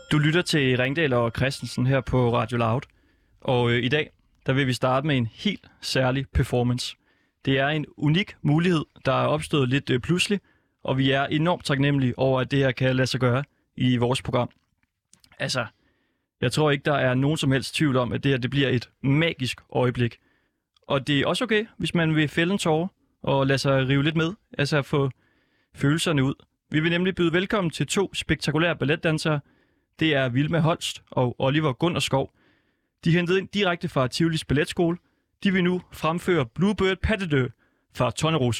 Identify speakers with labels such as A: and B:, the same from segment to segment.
A: Du lytter til Ringdal og Christensen her på Radio Loud. Og i dag, der vil vi starte med en helt særlig performance. Det er en unik mulighed, der er opstået lidt pludselig, og vi er enormt taknemmelige over, at det her kan lade sig gøre i vores program. Altså, jeg tror ikke, der er nogen som helst tvivl om, at det her det bliver et magisk øjeblik. Og det er også okay, hvis man vil fælde en tåre og lade sig rive lidt med, altså få følelserne ud. Vi vil nemlig byde velkommen til 2 spektakulære balletdansere. Det er Vilma Holst og Oliver Gunderskov. De er hentet ind direkte fra Tivolis Balletskole. De vil nu fremføre Bluebird Pas de Deux fra Tornerose.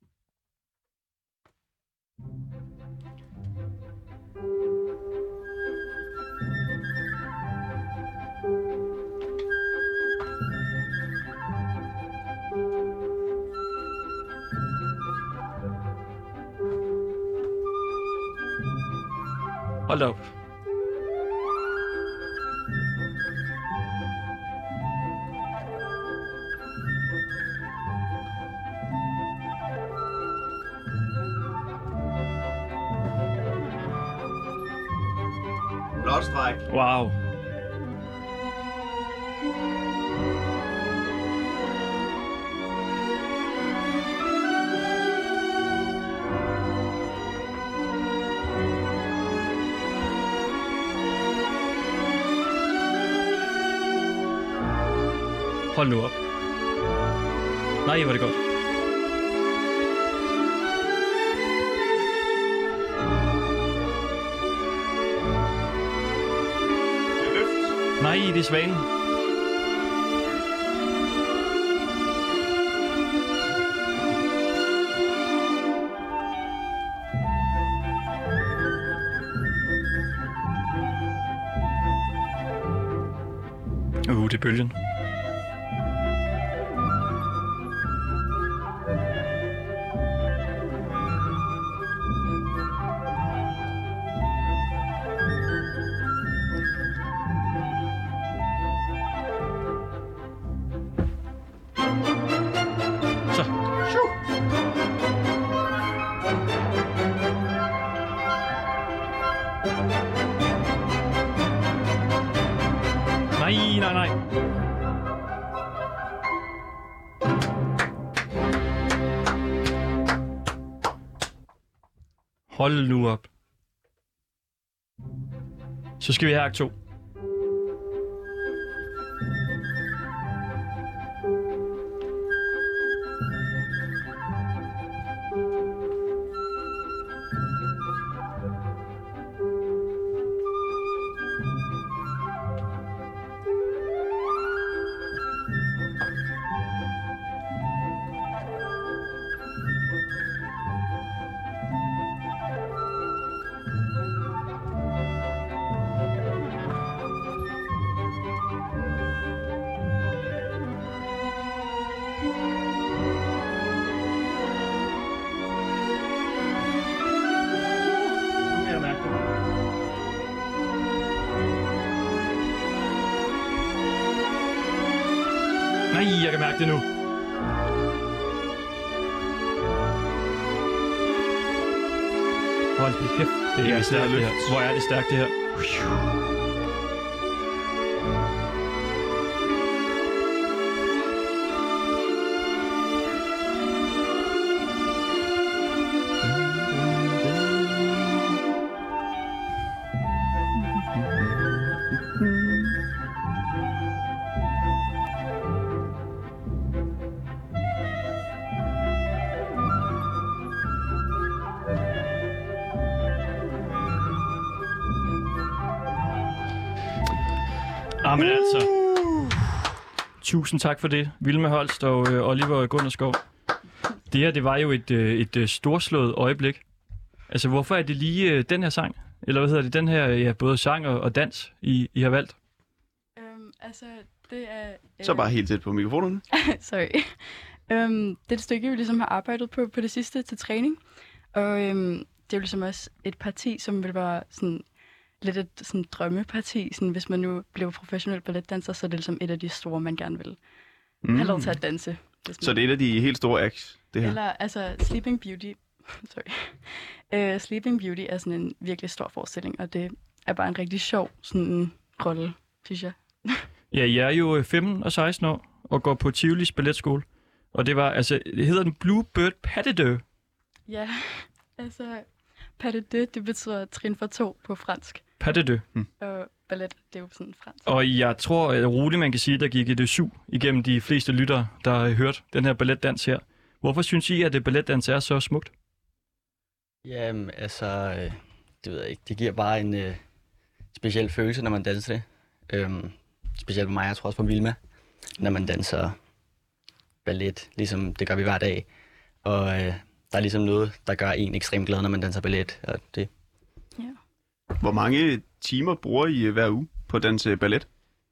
A: Hold da op.
B: Blot stræk.
A: Wow. Hold nu op. Nej, hvor er det godt. Nej, det er Svanen. Det er bølgen. Nej. Hold nu op. Så skal vi have akt 2. Nej, jeg kan mærke det nu. Hold da kæft. Det er stærkt det her. Hvor er det stærkt det her. Men altså, tusind tak for det, Vilma Holst og Oliver Gunderskov. Det her, det var jo et storslået øjeblik. Altså, hvorfor er det lige den her sang? Eller hvad hedder det, den her, ja, både sang og dans, I har valgt?
C: Altså, det er...
B: Så bare helt tæt på mikrofonen.
C: Sorry. Det er et stykke, vi ligesom har arbejdet på det sidste til træning. Og det er jo ligesom også et parti, som vil være sådan... lidt et sådan drømmeparti, sådan, hvis man nu bliver professionel balletdanser, så er det ligesom et af de store, man gerne vil have lov til at danse.
B: Så det er et af de helt store acts, det her?
C: Eller altså Sleeping Beauty. Sleeping Beauty er sådan en virkelig stor forestilling, og det er bare en rigtig sjov sådan rolle, synes jeg.
A: Ja, jeg er jo 15 og 16 år og går på Tivolis balletskole. Og det var, altså, det hedder den Bluebird Pas de deux.
C: Ja, altså, pas de deux, det betyder trin for to på fransk.
A: Pas de deux.
C: Og ballet, det er jo sådan fransk.
A: Og jeg tror at roligt, man kan sige, at der gik et sug igennem de fleste lyttere, der har hørt den her balletdans her. Hvorfor synes I, at balletdans er så smukt?
D: Jamen, altså, det ved jeg ikke. Det giver bare en speciel følelse, når man danser det. Specielt for mig, jeg tror også for Vilma, når man danser ballet, ligesom det gør vi hver dag. Og der er ligesom noget, der gør en ekstremt glad, når man danser ballet. Og det.
C: Ja.
B: Hvor mange timer bruger I hver uge på at danse ballet?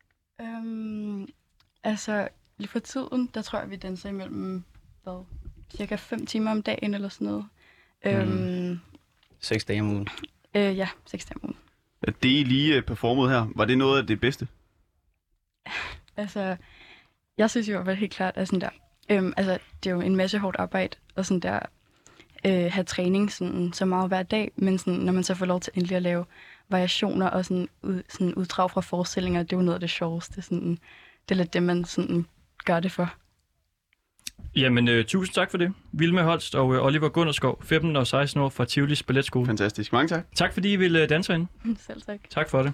C: Altså, lige for tiden, der tror jeg, vi danser imellem, cirka 5 timer om dagen eller sådan noget.
D: 6 dage om ugen.
C: Ja, 6 dage om ugen.
B: Det I lige performede her, var det noget af det bedste?
C: Altså, jeg synes i hvert fald helt klart, at sådan der, altså, det er jo en masse hårdt arbejde, og sådan der, have træning sådan, så meget hver dag, men sådan, når man så får lov til endelig at lave variationer og sådan, uddrag fra forestillinger, det er jo noget af det sjoveste. Sådan, det er lidt det, man sådan, gør det for.
A: Jamen, tusind tak for det. Vilma Holst og Oliver Gunderskov, 15 og 16 år fra Tivolis Balletskole.
B: Fantastisk. Mange tak.
A: Tak fordi I ville danse herinde.
C: Selv tak.
A: Tak for det.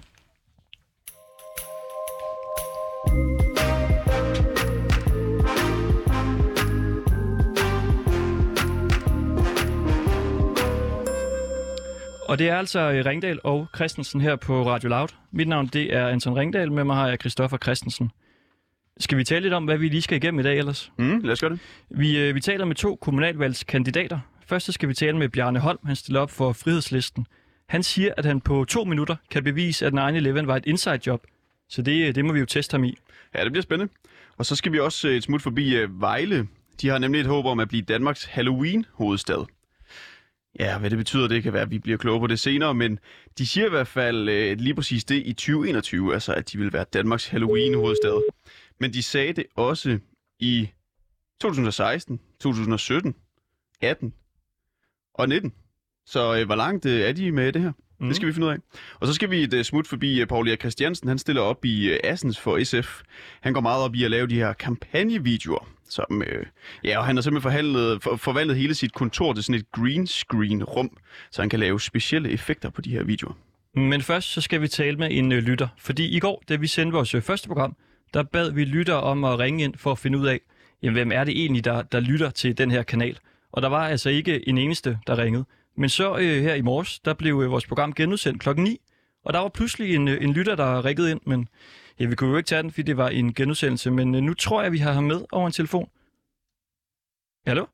A: Og det er altså Ringdal og Christensen her på Radio Loud. Mit navn det er Anton Ringdal, med mig har jeg Christoffer Christensen. Skal vi tale lidt om, hvad vi lige skal igennem i dag ellers?
B: Lad os gøre det.
A: Vi taler med 2 kommunalvalgskandidater. Først så skal vi tale med Bjarne Holm, han stiller op for Frihedslisten. Han siger, at han på 2 minutter kan bevise, at 9/11 var et inside job. Så det må vi jo teste ham i.
B: Ja, det bliver spændende. Og så skal vi også et smut forbi Vejle. De har nemlig et håb om at blive Danmarks Halloween-hovedstad. Ja, hvad det betyder, det kan være, at vi bliver klogere på det senere, men de siger i hvert fald lige præcis det i 2021, altså at de vil være Danmarks Halloween-hovedstad. Men de sagde det også i 2016, 2017, 18 og 19. Så hvor langt er de med det her? Det skal vi finde ud af. Og så skal vi et smut forbi Paul Erik Christiansen. Han stiller op i Assens for SF. Han går meget op i at lave de her kampagnevideoer. Som, og han har simpelthen forvandlet hele sit kontor til sådan et green screen rum, så han kan lave specielle effekter på de her videoer.
A: Men først så skal vi tale med en lytter. Fordi i går, da vi sendte vores første program, der bad vi lyttere om at ringe ind for at finde ud af, jamen, hvem er det egentlig, der lytter til den her kanal. Og der var altså ikke en eneste, der ringede. Men så her i morges, der blev vores program genudsendt klokken 9, og der var pludselig en lytter, der ringede ind, men ja, vi kunne jo ikke tage den, fordi det var en genudsendelse, men nu tror jeg, vi har ham med over en telefon. Hallo?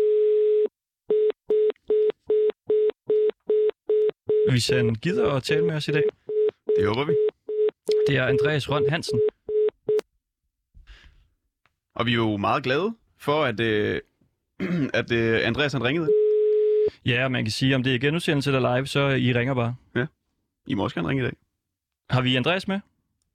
A: Hvis han gider at tale med os i dag.
B: Det håber vi.
A: Det er Andreas Rønn Hansen.
B: Og vi er jo meget glade for, at Andreas han ringede.
A: Ja, man kan sige, om det er genudsendelse eller live, så I ringer bare.
B: Ja, I må også gerne ringe i dag.
A: Har vi Andreas med?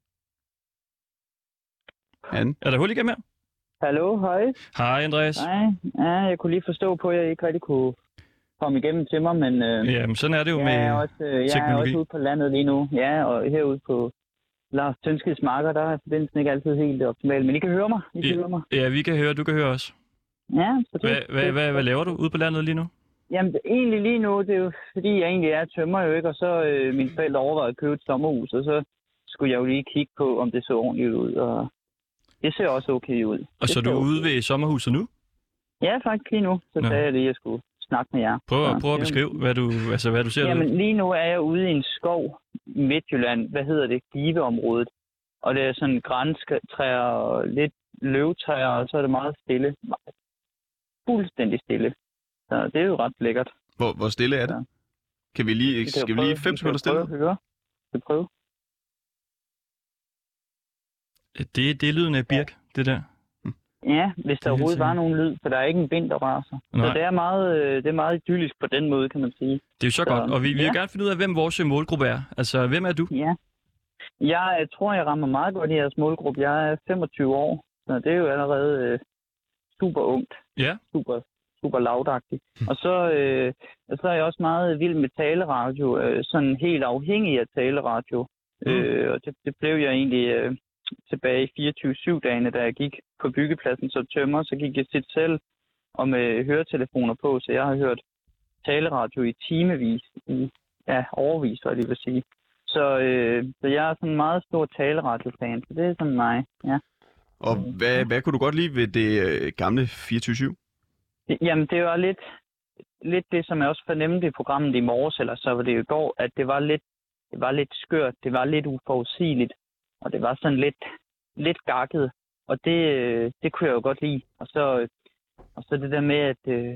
B: Han.
A: Er der hul igennem her?
E: Hallo, hej.
A: Hej, Andreas.
E: Hej. Ja, jeg kunne lige forstå på, at jeg ikke rigtig kunne komme igennem til mig, men
A: Jamen, sådan er det jo
E: jeg
A: med
E: er også ude på landet lige nu. Ja, og herude på Lars Tønskeds marker, der er forbindelsen ikke altid helt optimal. Men I kan høre mig.
A: Ja, vi kan høre, du kan høre os.
E: Ja, så det,
A: hvad laver du ude på landet lige nu?
E: Jamen, egentlig lige nu, det er jo fordi, jeg egentlig er tømmer jo ikke, og så mine forældre overvejede at købe et sommerhus, og så skulle jeg jo lige kigge på, om det så ordentligt ud, og det ser også okay ud.
A: Og så er du ude ved sommerhuset nu?
E: Ja, faktisk lige nu. Så sagde jeg lige, at jeg skulle snakke med jer.
A: Prøv at beskrive, hvad du ser.
E: Jamen, lige nu er jeg ude i en skov i Midtjylland. Hvad hedder det? Giveområdet. Og det er sådan græntræer og lidt løvtræer, og så er det meget stille. Fuldstændig stille. Så det er jo ret lækkert.
B: Hvor stille er det? Ja. Skal vi lige 5 sekunder stille?
E: Skal vi prøve?
A: Det er lyden af birk, det der.
E: Ja, hvis der overhovedet var nogen lyd, for der er ikke en vind, der raser. Så det er meget idyllisk på den måde, kan man sige.
A: Det er jo så godt, og vi vil gerne finde ud af, hvem vores målgruppe er. Altså, hvem er du?
E: Ja. Jeg tror, jeg rammer meget godt i jeres målgruppe. Jeg er 25 år, så det er jo allerede super ungt.
A: Ja.
E: super loudagtigt. Og så er jeg også meget vild med taleradio, sådan helt afhængig af taleradio. Og det blev jeg egentlig tilbage i 24/7-dagene, da jeg gik på byggepladsen som tømrer, så gik jeg sit selv og med høretelefoner på, så jeg har hørt taleradio i timevis, overvis, hvad jeg lige vil sige. Så jeg er sådan en meget stor taleradiofan, så det er sådan mig, ja.
B: Og hvad kunne du godt lide ved det gamle 24/7?
E: Jamen, det var lidt det, som jeg også fornemmede i programmet i morges, eller så var det jo i går, at det var lidt skørt, det var lidt uforudsigeligt, og det var sådan lidt gakket, og det kunne jeg jo godt lide. Og så det der med, at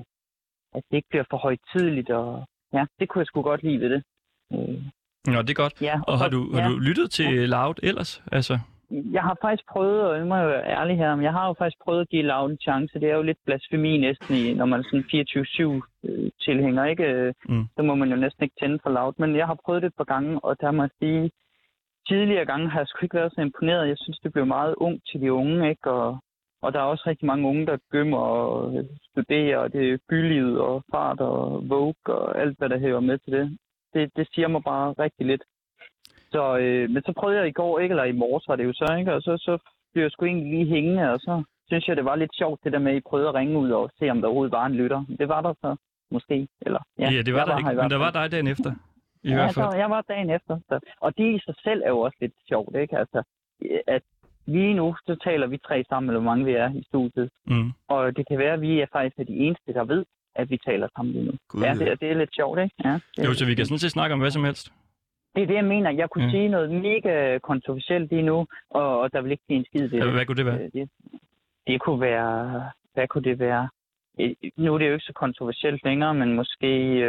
E: det ikke bliver for højtideligt, og ja, det kunne jeg sgu godt lide ved det.
A: Nå, det er godt.
E: Ja,
A: og har du lyttet til Loud ellers? Altså?
E: Jeg har faktisk prøvet, og jeg må jo være ærlig her, men jeg har jo faktisk prøvet at give Loud en chance. Det er jo lidt blasfemi næsten, når man er sådan 24/7-tilhænger, ikke? Så må man jo næsten ikke tænde for Loud. Men jeg har prøvet det et par gange, og der må jeg sige, tidligere gange har jeg sgu ikke været så imponeret. Jeg synes, det blev meget ung til de unge, ikke? Og der er også rigtig mange unge, der begynder og studerer, og det er bylivet og fart og Vogue og alt, hvad der hører med til det. Det siger mig bare rigtig lidt. Så, men så prøvede jeg i går, ikke? Eller i morges var det jo så, ikke? Og så blev jeg sgu egentlig lige hængende, og så synes jeg, det var lidt sjovt, det der med, at I prøvede at ringe ud og se, om der overhovedet var en lytter. Det var der så, måske. Eller,
A: ja, det var der ikke, men der var dig dagen efter. I hvert fald.
E: Så jeg var dagen efter. Så. Og det i sig selv er jo også lidt sjovt, ikke? Altså, at lige nu, så taler vi 3 sammen, eller hvor mange vi er i studiet. Og det kan være, at vi er faktisk de eneste, der ved, at vi taler sammen lige nu. Ja, det er lidt sjovt, ikke? Ja,
A: jo, så vi kan sådan set snakke om hvad som helst.
E: Det er det, jeg mener. Jeg kunne sige noget mega kontroversielt lige nu, og der vil ikke blive en skid ved det.
A: Hvad kunne det være?
E: Det kunne være... Hvad kunne det være? Nu er det jo ikke så kontroversielt længere, men måske,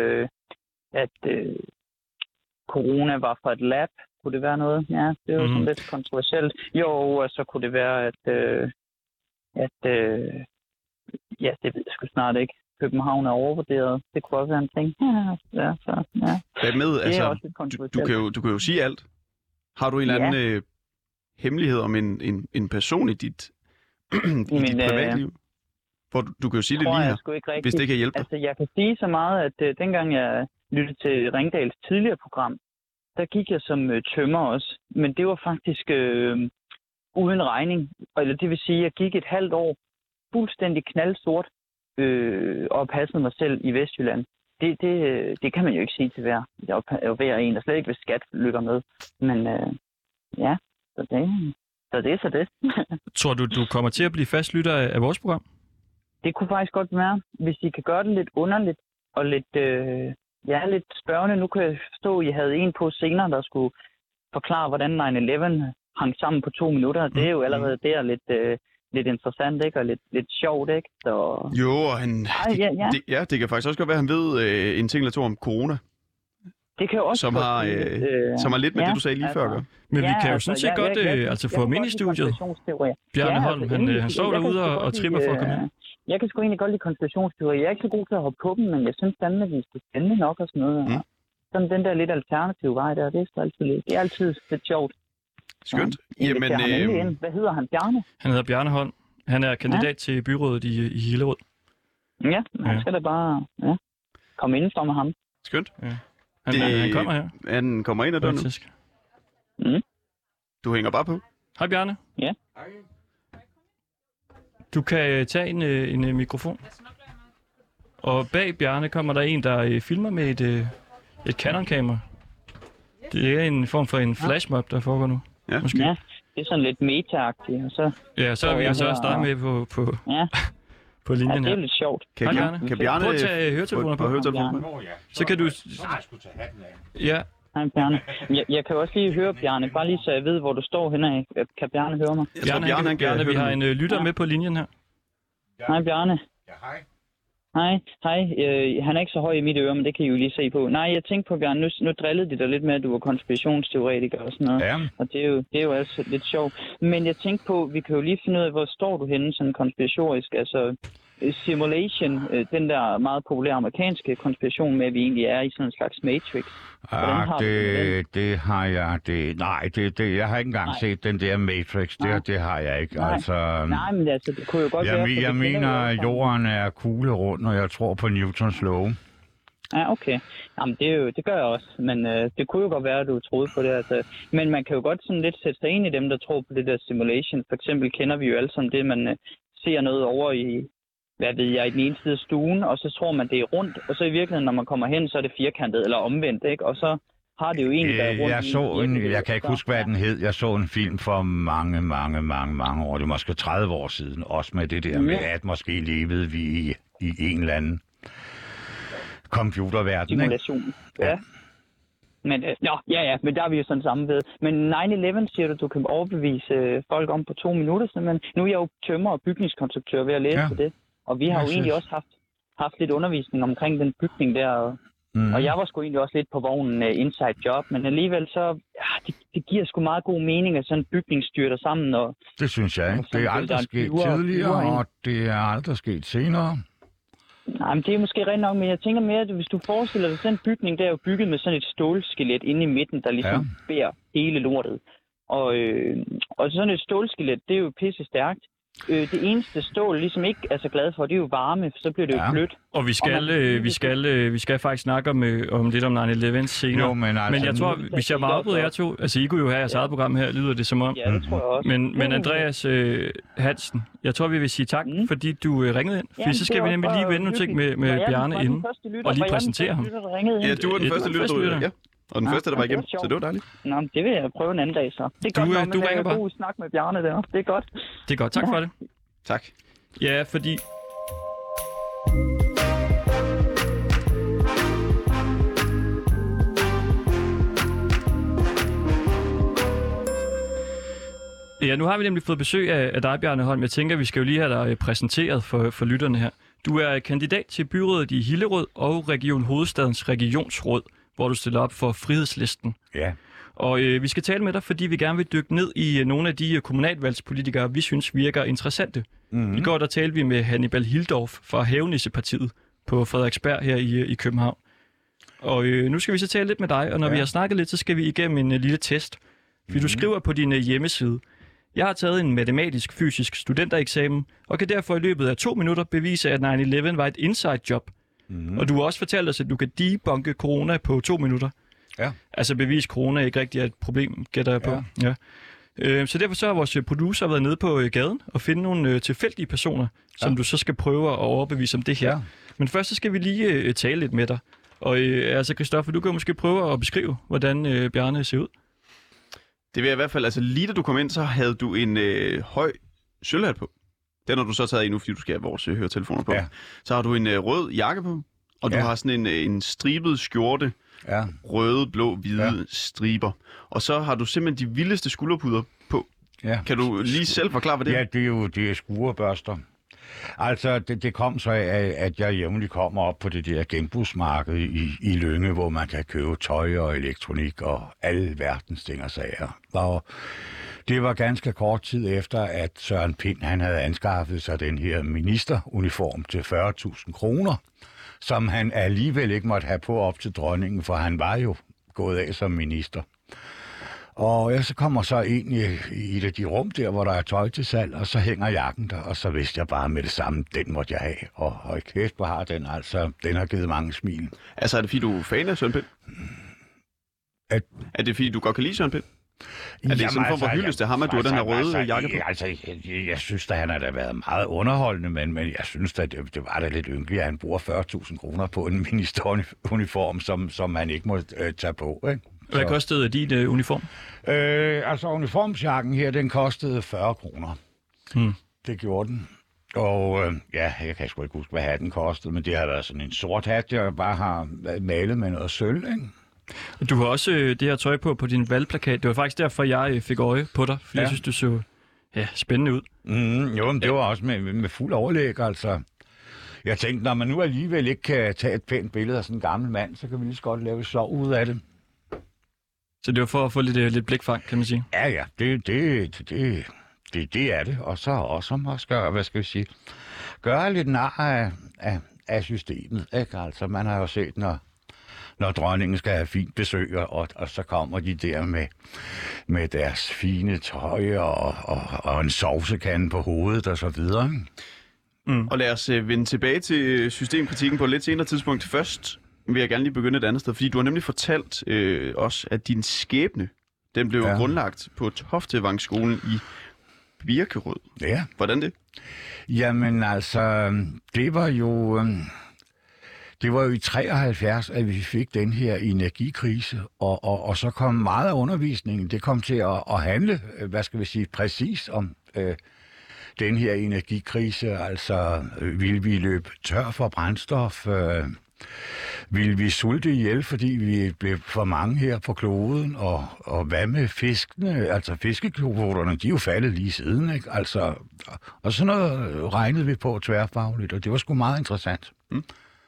E: at corona var fra et lab. Kunne det være noget? Ja, det er jo sådan lidt kontroversielt. Jo, og så kunne det være, ja, det ved jeg sgu snart ikke. København er overvurderet. Det kunne også være en ting. Ja.
B: Hvad med? Altså, du kan jo sige alt. Har du en eller anden hemmelighed om en person i dit privatliv? Hvor du kan jo sige det lige her, hvis det kan hjælpe dig.
E: Altså, jeg kan sige så meget, at dengang jeg lyttede til Ringdals tidligere program, der gik jeg som tømmer også. Men det var faktisk uden regning. Eller det vil sige, at jeg gik et halvt år fuldstændig knaldsort og passede mig selv i Vestjylland. Det kan man jo ikke sige til hver. Jeg er jo hver en, og slet ikke hvis skat lytter med. Men ja, så det.
C: Tror du kommer til at blive fastlytter af vores program?
E: Det kunne faktisk godt være, hvis I kan gøre det lidt underligt og lidt, lidt spørgende. Nu kan jeg forstå, at I havde en på senere, der skulle forklare, hvordan 9/11 hang sammen på 2 minutter. Det er jo allerede der lidt interessant, ikke? Og lidt sjovt, ikke? Så...
B: Jo, og det kan faktisk også godt være, at han ved en ting eller to om corona.
E: Det kan jo også
B: som har lidt med det, du sagde lige før.
A: Men vi kan jo sådan set godt få ham ind i studiet. Bjarne Holm, han står derude og tripper for at komme ind.
E: Jeg kan sgu egentlig godt lide konspirationsteorier. Jeg er ikke så god til at hoppe på dem, men jeg synes fandme, at det er spændende nok og sådan noget. Sådan den der lidt alternative vej der, det er altid lidt sjovt.
B: Skønt.
E: Jamen, hvad hedder han? Bjarne?
A: Han hedder Bjarne Holm. Han er kandidat til byrådet i Hillerød.
E: Ja, han skal da bare komme indenfor med ham.
B: Skønt.
A: Ja. Han kommer her.
B: Han kommer ind ad døren nu. Du hænger bare på.
A: Hej Bjarne.
E: Ja.
A: Du kan tage en mikrofon. Og bag Bjarne kommer der en, der filmer med et Canon-kamera. Det er en form for en flashmob, der foregår nu.
B: Ja.
A: Måske.
E: Ja, det er sådan lidt meta-agtigt. Så
A: er vi altså også dig med på linjen her.
E: Ja, det er lidt sjovt.
B: Kan Bjarne
A: prøv at tage høretelefoner på. Så kan du... Ja.
E: Hej Bjarne. Jeg kan også lige høre Bjarne, bare lige så jeg ved, hvor du står henne. Kan Bjarne høre mig?
A: Bjarne, vi har en lytter med på linjen her.
E: Hej Bjarne.
F: Ja, hej.
E: Hej. Han er ikke så høj i mit øre, men det kan I jo lige se på. Nej, jeg tænkte på, Bjarne, nu drillede de dig lidt med, at du var konspirationsteoretiker og sådan noget.
F: Ja.
E: Og det er jo altså lidt sjovt. Men jeg tænkte på, vi kan jo lige finde ud af, hvor står du henne sådan konspiratorisk. Altså, simulation, den der meget populære amerikanske konspiration med, at vi egentlig er i sådan en slags matrix.
F: Det har jeg. Jeg har ikke engang set den der Matrix. Det har jeg ikke.
E: Nej.
F: Altså,
E: Nej, men altså, det kunne jo godt være...
F: Jeg mener, at jorden er kuglerund, og jeg tror på Newtons love.
E: Ja, okay. Jamen, det gør jeg også, men det kunne jo godt være, at du troede på det. Altså. Men man kan jo godt sådan lidt sætte sig ind i dem, der tror på det der simulation. For eksempel kender vi jo alle sammen det, man ser noget over i, hvad ved jeg, i den ene side af stuen, og så tror man, det er rundt, og så i virkeligheden, når man kommer hen, så er det firkantet eller omvendt, ikke? Og så har det jo egentlig været rundt.
F: Jeg kan ikke huske, hvad den hed. Jeg så en film for mange år. Det er måske 30 år siden, også med det der med, at måske levede vi i en eller anden computerverden,
E: simulation.
F: Ikke?
E: Ja. Men, men der er vi jo sådan samme ved. Men 9/11 siger du kan overbevise folk om på 2 minutter, men nu er jeg jo tømrer og bygningskonstruktør ved at læse på det. Og vi har jo egentlig også haft lidt undervisning omkring den bygning der. Og jeg var sgu egentlig også lidt på vognen inside job, men alligevel så, det giver sgu meget god mening, at sådan en bygning styrter sammen. Og,
F: det synes jeg ikke. Det er aldrig sket tidligere, og det er aldrig sket senere.
E: Nej, men det er måske rent nok, men jeg tænker mere, at hvis du forestiller dig, sådan en bygning, der er jo bygget med sådan et stålskelet inde i midten, der ligesom bærer hele lortet. Og sådan et stålskelet, det er jo pisse stærkt. Det eneste stål ligesom ikke er så glad for, det er jo varme, for så bliver det jo blødt.
A: Og vi skal faktisk snakke om lidt om 9/11 senere. Jo, men jeg tror, hvis jeg meget afbryder jer to, altså I kunne jo have jeres eget program her, lyder det som om.
E: Ja, det tror jeg også.
A: Men Andreas Hansen, jeg tror, vi vil sige tak, fordi du ringede ind. For så skal vi nemlig lige vende nogle ting med Bjarne inden, og lige præsentere ham.
B: Ja, du var den første lytter, ja. Og den første, der var igennem, så det var dejligt.
E: Nå, det vil jeg prøve en anden dag, så. Det er godt,
A: du ringer bare.
E: God snak med Bjarne der. Det er godt.
A: Det er godt, tak for det.
B: Tak.
A: Ja, fordi... Ja, nu har vi nemlig fået besøg af dig, Bjarne Holm. Jeg tænker, vi skal jo lige have dig præsenteret for lytterne her. Du er kandidat til byrådet i Hillerød og Region Hovedstadens Regionsråd, hvor du stiller op for Frihedslisten.
F: Ja.
A: Og vi skal tale med dig, fordi vi gerne vil dykke ned i nogle af de kommunalvalgspolitikere, vi synes virker interessante. I går der talte vi med Hannibal Hildorf fra Havenissepartiet på Frederiksberg her i København. Og nu skal vi så tale lidt med dig, og når vi har snakket lidt, så skal vi igennem en lille test. Fordi du skriver på din hjemmeside: jeg har taget en matematisk-fysisk studentereksamen, og kan derfor i løbet af 2 minutter bevise, at 9/11 var et inside job. Og du har også fortalt os, at du kan debunke corona på 2 minutter.
F: Ja.
A: Altså bevise corona ikke rigtig er et problem, gætter jeg på. Ja. Så derfor så har vores producer været nede på gaden og finde nogle tilfældige personer, som du så skal prøve at overbevise om det her. Ja. Men først så skal vi lige tale lidt med dig. Og altså Christoffer, du kan måske prøve at beskrive, hvordan Bjarne ser ud.
B: Det vil jeg i hvert fald, altså lige da du kom ind, så havde du en høj sølvhat på. Den har du så taget i nu, fordi du skal have vores høretelefoner på. Ja. Så har du en rød jakke på, og du har sådan en stribet skjorte. Ja. Røde, blå, hvide striber. Og så har du simpelthen de vildeste skulderpuder på. Ja. Kan du lige selv forklare, hvad det er?
F: Ja, det er skurebørster. Altså, det kom så af, at jeg jævnligt kommer op på det der genbrugsmarked i Lynge, hvor man kan købe tøj og elektronik og alle verdens ting og sager. Og det var ganske kort tid efter, at Søren Pind han havde anskaffet sig den her ministeruniform til 40.000 kroner, som han alligevel ikke måtte have på op til dronningen, for han var jo gået af som minister. Og jeg så kommer så ind i et af de rum der, hvor der er tøj til salg, og så hænger jakken der, og så vidste jeg bare med det samme, den måtte jeg have. Og kæft, hvor har den altså, den har givet mange smil.
B: Altså er det fordi, du er fan af Søren Pind? Er det fordi, du godt kan lide Søren Pind? Er det sådan en form for hyldest til ham, at du har den her røde jakke på?
F: Jeg synes da, han har da været meget underholdende, men jeg synes da, det var da lidt ynkeligt, at han bruger 40.000 kroner på en ministeruniform, som han ikke må tage på, ikke?
A: Hvad kostede din uniform?
F: Altså uniformsjakken her, den kostede 40 kroner. Det gjorde den. Og jeg kan sgu ikke huske, hvad hatten kostede, men det har været sådan en sort hat, jeg bare har malet med noget sølv, ikke?
A: Du har også det her tøj på din valgplakat. Det var faktisk derfor, jeg fik øje på dig, fordi jeg synes, du så spændende ud.
F: Jo, men det var også med fuld overlæg, altså. Jeg tænkte, når man nu alligevel ikke kan tage et pænt billede af sådan en gammel mand, så kan vi lige så godt lave et sjov ud af det.
A: Så det var for at få lidt blikfang, kan man sige?
F: Ja, det er det. Og så også, hvad skal vi sige, gøre lidt nar af systemet. Ikke? Altså, man har jo set, når dronningen skal have fint besøg, og så kommer de der med deres fine tøj og en sovsekande på hovedet og så videre.
B: Mm. Og lad os vende tilbage til systemkritikken på et lidt senere tidspunkt. Først vil jeg gerne lige begynde et andet sted, fordi du har nemlig fortalt os, at din skæbne, den blev grundlagt på Toftevangsskolen i Birkerød.
F: Ja.
B: Hvordan det?
F: Jamen altså, det var jo i 73, at vi fik den her energikrise, og så kom meget af undervisningen, det kom til at handle, hvad skal vi sige, præcis om den her energikrise. Altså, ville vi løbe tør for brændstof? Ville vi sulte ihjel, fordi vi blev for mange her på kloden? Og hvad med fiskene? Altså, fiskekvoterne, de er jo faldet lige siden, ikke? Altså, og sådan noget regnede vi på tværfagligt, og det var sgu meget interessant. Mm.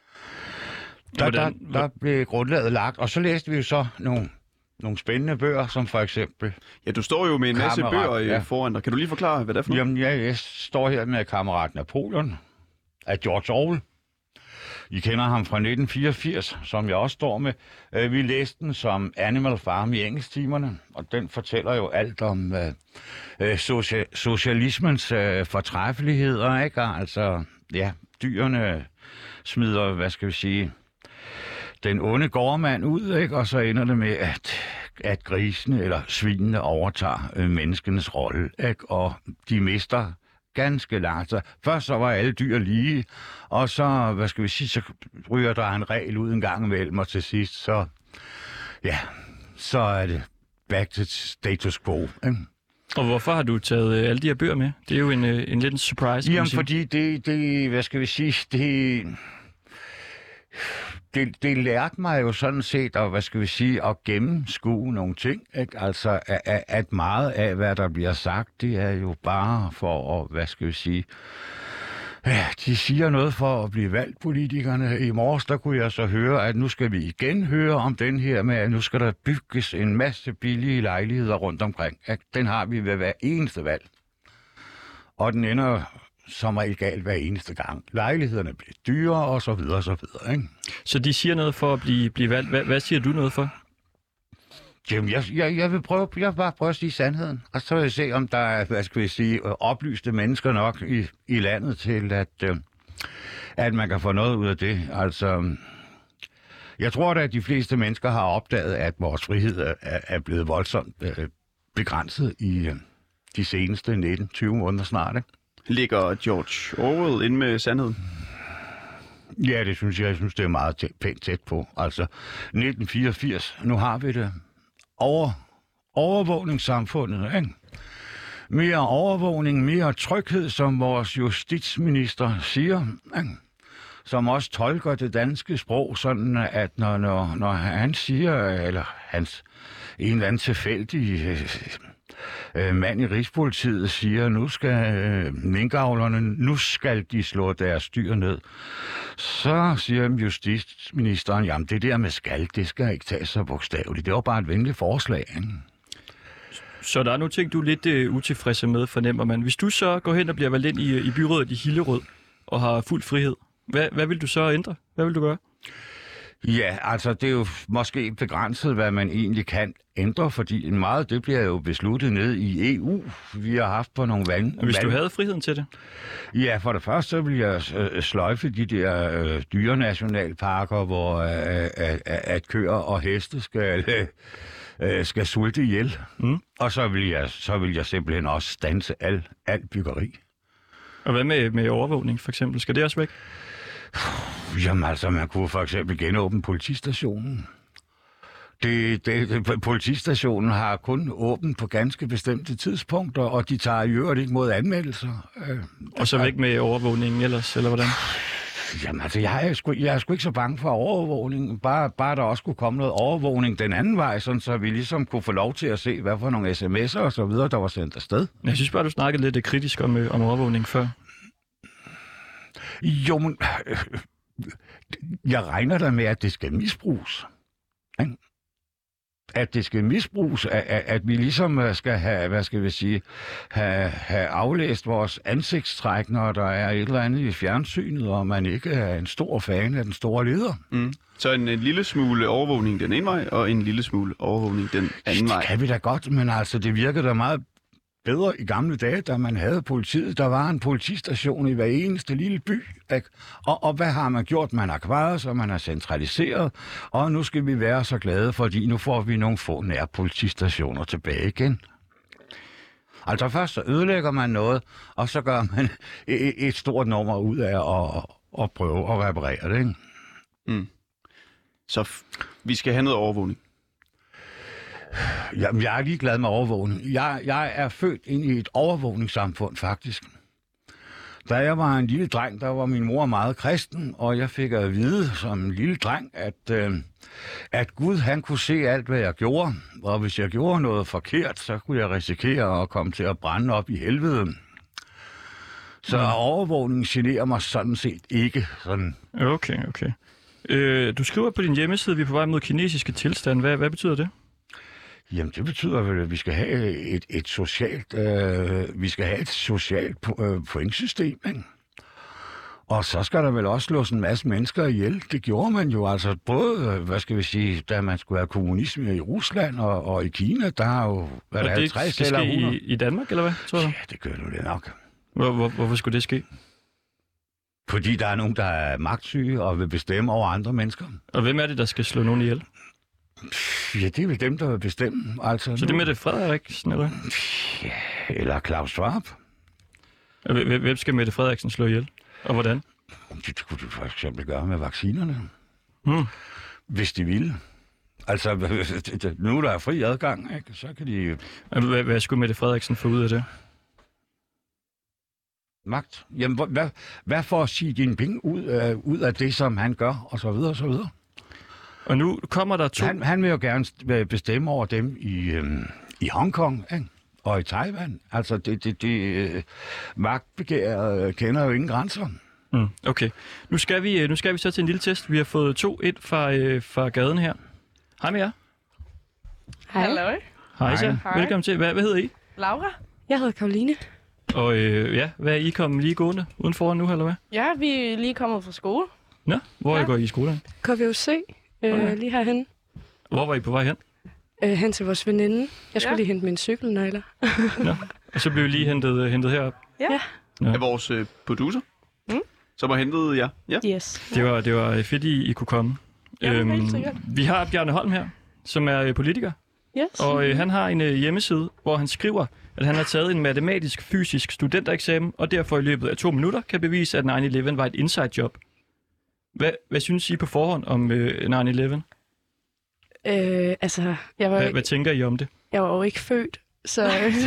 F: Der blev grundlaget lagt, og så læste vi jo så nogle spændende bøger, som for eksempel...
B: Ja, du står jo med en masse bøger foran dig. Kan du lige forklare, hvad det er for noget?
F: Jamen, jeg står her med Kammerat Napoleon af George Orwell. I kender ham fra 1984, som jeg også står med. Vi læste den som Animal Farm i engelsktimerne, og den fortæller jo alt om socialismens fortræffeligheder, ikke? Altså, ja, dyrene smider, hvad skal vi sige, den onde gårdmand ud, ikke? Og så ender det med, at grisene eller svinene overtager menneskenes rolle, ikke? Og de mister ganske langt. Først så var alle dyr lige, og så, hvad skal vi sige, så ryger der en regel ud en gang imellem, og til sidst, så er det back to status quo, ikke?
A: Og hvorfor har du taget alle de her bøger med? Det er jo en lidt surprise.
F: Jamen, fordi det, hvad skal vi sige, det lærte mig jo sådan set at gennemskue nogle ting, ikke? Altså, at meget af, hvad der bliver sagt, det er jo bare for at, hvad skal vi sige, ja, de siger noget for at blive valgt, politikerne. I morges, der kunne jeg så høre, at nu skal vi igen høre om den her med, at nu skal der bygges en masse billige lejligheder rundt omkring. Den har vi ved hver eneste valg. Og den ender som regel galt hver eneste gang. Lejlighederne bliver dyrere, og så videre, og så videre, ikke?
A: Så de siger noget for at blive valgt. Hvad siger du noget for?
F: Jamen, jeg vil bare prøve at sige sandheden. Og så vil jeg se, om der er, hvad skal vi sige, oplyste mennesker nok i landet til, at man kan få noget ud af det. Altså, jeg tror da, at de fleste mennesker har opdaget, at vores frihed er blevet voldsomt begrænset i de seneste 19-20 måneder snart, ikke? Ligger
B: George Orwell inde med sandheden?
F: Ja, det synes jeg. Jeg synes, det er meget pænt tæt på. Altså, 1984, nu har vi det. Overvågningssamfundet, ikke? Mere overvågning, mere tryghed, som vores justitsminister siger, ikke? Som også tolker det danske sprog, sådan at når han siger, eller hans en eller anden tilfældig mand i Rigspolitiet siger, nu skal minkavlerne, nu skal de slå deres dyr ned. Så siger justitsministeren, jamen det der med skal, det skal ikke tages så bogstaveligt. Det var bare et venligt forslag, ikke?
A: Så der er nogle ting, du er lidt utilfredse med, fornemmer man. Hvis du så går hen og bliver valgt ind i byrådet i Hillerød og har fuld frihed, hvad vil du så ændre? Hvad vil du gøre?
F: Ja, altså det er jo måske begrænset, hvad man egentlig kan ændre, fordi meget det bliver jo besluttet ned i EU. Vi har haft på nogle
A: Hvis du havde friheden til det?
F: Ja, for det første så vil jeg sløjfe de der dyrenationalparker, hvor at køer og heste skal sulte ihjel. Mm. Og så vil jeg simpelthen også standse alt byggeri.
A: Og hvad med overvågning for eksempel? Skal det også væk?
F: Jamen altså, man kunne for eksempel genåbne politistationen. Politistationen har kun åbent på ganske bestemte tidspunkter, og de tager i øvrigt ikke mod anmeldelser.
A: Og så væk med overvågningen ellers, eller hvordan?
F: Jamen altså, jeg er sgu ikke så bange for overvågning. Bare der også kunne komme noget overvågning den anden vej, sådan, så vi ligesom kunne få lov til at se, hvad for nogle sms'er og så videre, der var sendt afsted.
A: Jeg synes bare, du snakkede lidt kritisk om overvågning før.
F: Jo, men jeg regner da med, at det skal misbruges. at det skal misbruges, at vi ligesom skal have, hvad skal vi sige, have aflæst vores ansigtstræk, når der er et eller andet i fjernsynet, og man ikke er en stor fan af den store leder.
B: Mm. Så en lille smule overvågning den ene vej, og en lille smule overvågning den anden vej.
F: Det kan vi da godt, men altså, det virker da meget bedre i gamle dage, da man havde politiet. Der var en politistation i hver eneste lille by. Ikke? Og hvad har man gjort? Man har kvaret sig, man har centraliseret, og nu skal vi være så glade, fordi nu får vi nogle få nærpolitistationer tilbage igen. Altså først så ødelægger man noget, og så gør man et stort nummer ud af at prøve at reparere det. Ikke?
B: Mm. Så vi skal have noget overvågning.
F: Jamen, jeg er ligeglad med overvågning. Jeg er født ind i et overvågningssamfund, faktisk. Da jeg var en lille dreng, der var min mor meget kristen, og jeg fik at vide som en lille dreng, at Gud han kunne se alt, hvad jeg gjorde. Og hvis jeg gjorde noget forkert, så kunne jeg risikere at komme til at brænde op i helvede. Så overvågningen generer mig sådan set ikke. Sådan.
A: Okay. Du skriver på din hjemmeside, at vi er på vej mod kinesiske tilstand. Hvad betyder det?
F: Jamen, det betyder vel, at vi skal have et socialt pointsystem, ikke? Og så skal der vel også slås en masse mennesker ihjel. Det gjorde man jo altså både, hvad skal vi sige, da man skulle have kommunisme i Rusland og i Kina, der har jo været 50 eller 100.
A: Det i Danmark, eller hvad, tror du?
F: Ja, det gør nu det nok.
A: Hvorfor skulle det ske?
F: Fordi der er nogen, der er magtsyge og vil bestemme over andre mennesker.
A: Og hvem er det, der skal slå nogen ihjel?
F: Ja, det er vel dem, der vil bestemme. Altså,
A: så det er Mette Frederiksen, eller?
F: Ja, eller Claus Schwab.
A: Hvem skal Mette Frederiksen slå ihjel? Og hvordan?
F: Det kunne du for eksempel gøre med vaccinerne. Hvis de ville. Altså, nu der er fri adgang, ikke? Så kan de...
A: Hvad skulle Mette Frederiksen få ud af det?
F: Magt. Jamen, hvad for at sige dine penge ud af det, som han gør, og så videre, og så videre.
A: Og nu kommer der to...
F: Han vil jo gerne bestemme over dem i Hongkong, ikke? Og i Taiwan. Altså, magtbegær kender jo ingen grænser.
A: Okay. Nu skal vi så til en lille test. Vi har fået 2 ind fra gaden her. Hej med jer.
G: Hej.
A: Hej så. Velkommen til. Hvad hedder I?
G: Laura.
H: Jeg hedder Karoline.
A: Og hvad er I kommet lige gående udenfor nu, eller hvad?
G: Ja, vi er lige kommet fra skole.
A: Nå, hvor går I i skole?
H: KVUC, lige herhen.
A: Hvor var I på vej hen?
H: Hen til vores veninde. Jeg skulle lige hente mine cykelnøgler.
A: Nå, og så blev I lige hentet herop?
H: Ja.
B: Af vores producer, som har hentet jer. Ja.
H: Yes.
A: Det var fedt, I kunne komme. Vi har Bjarne Holm her, som er politiker.
H: Yes.
A: Og han har en hjemmeside, hvor han skriver, at han har taget en matematisk-fysisk studentereksamen, og derfor i løbet af 2 minutter kan bevise, at 9/11 var et inside job. Hvad synes I på forhånd om 9/11?
H: Altså, jeg var...
A: Hvad tænker I om det?
H: Jeg var jo ikke født, så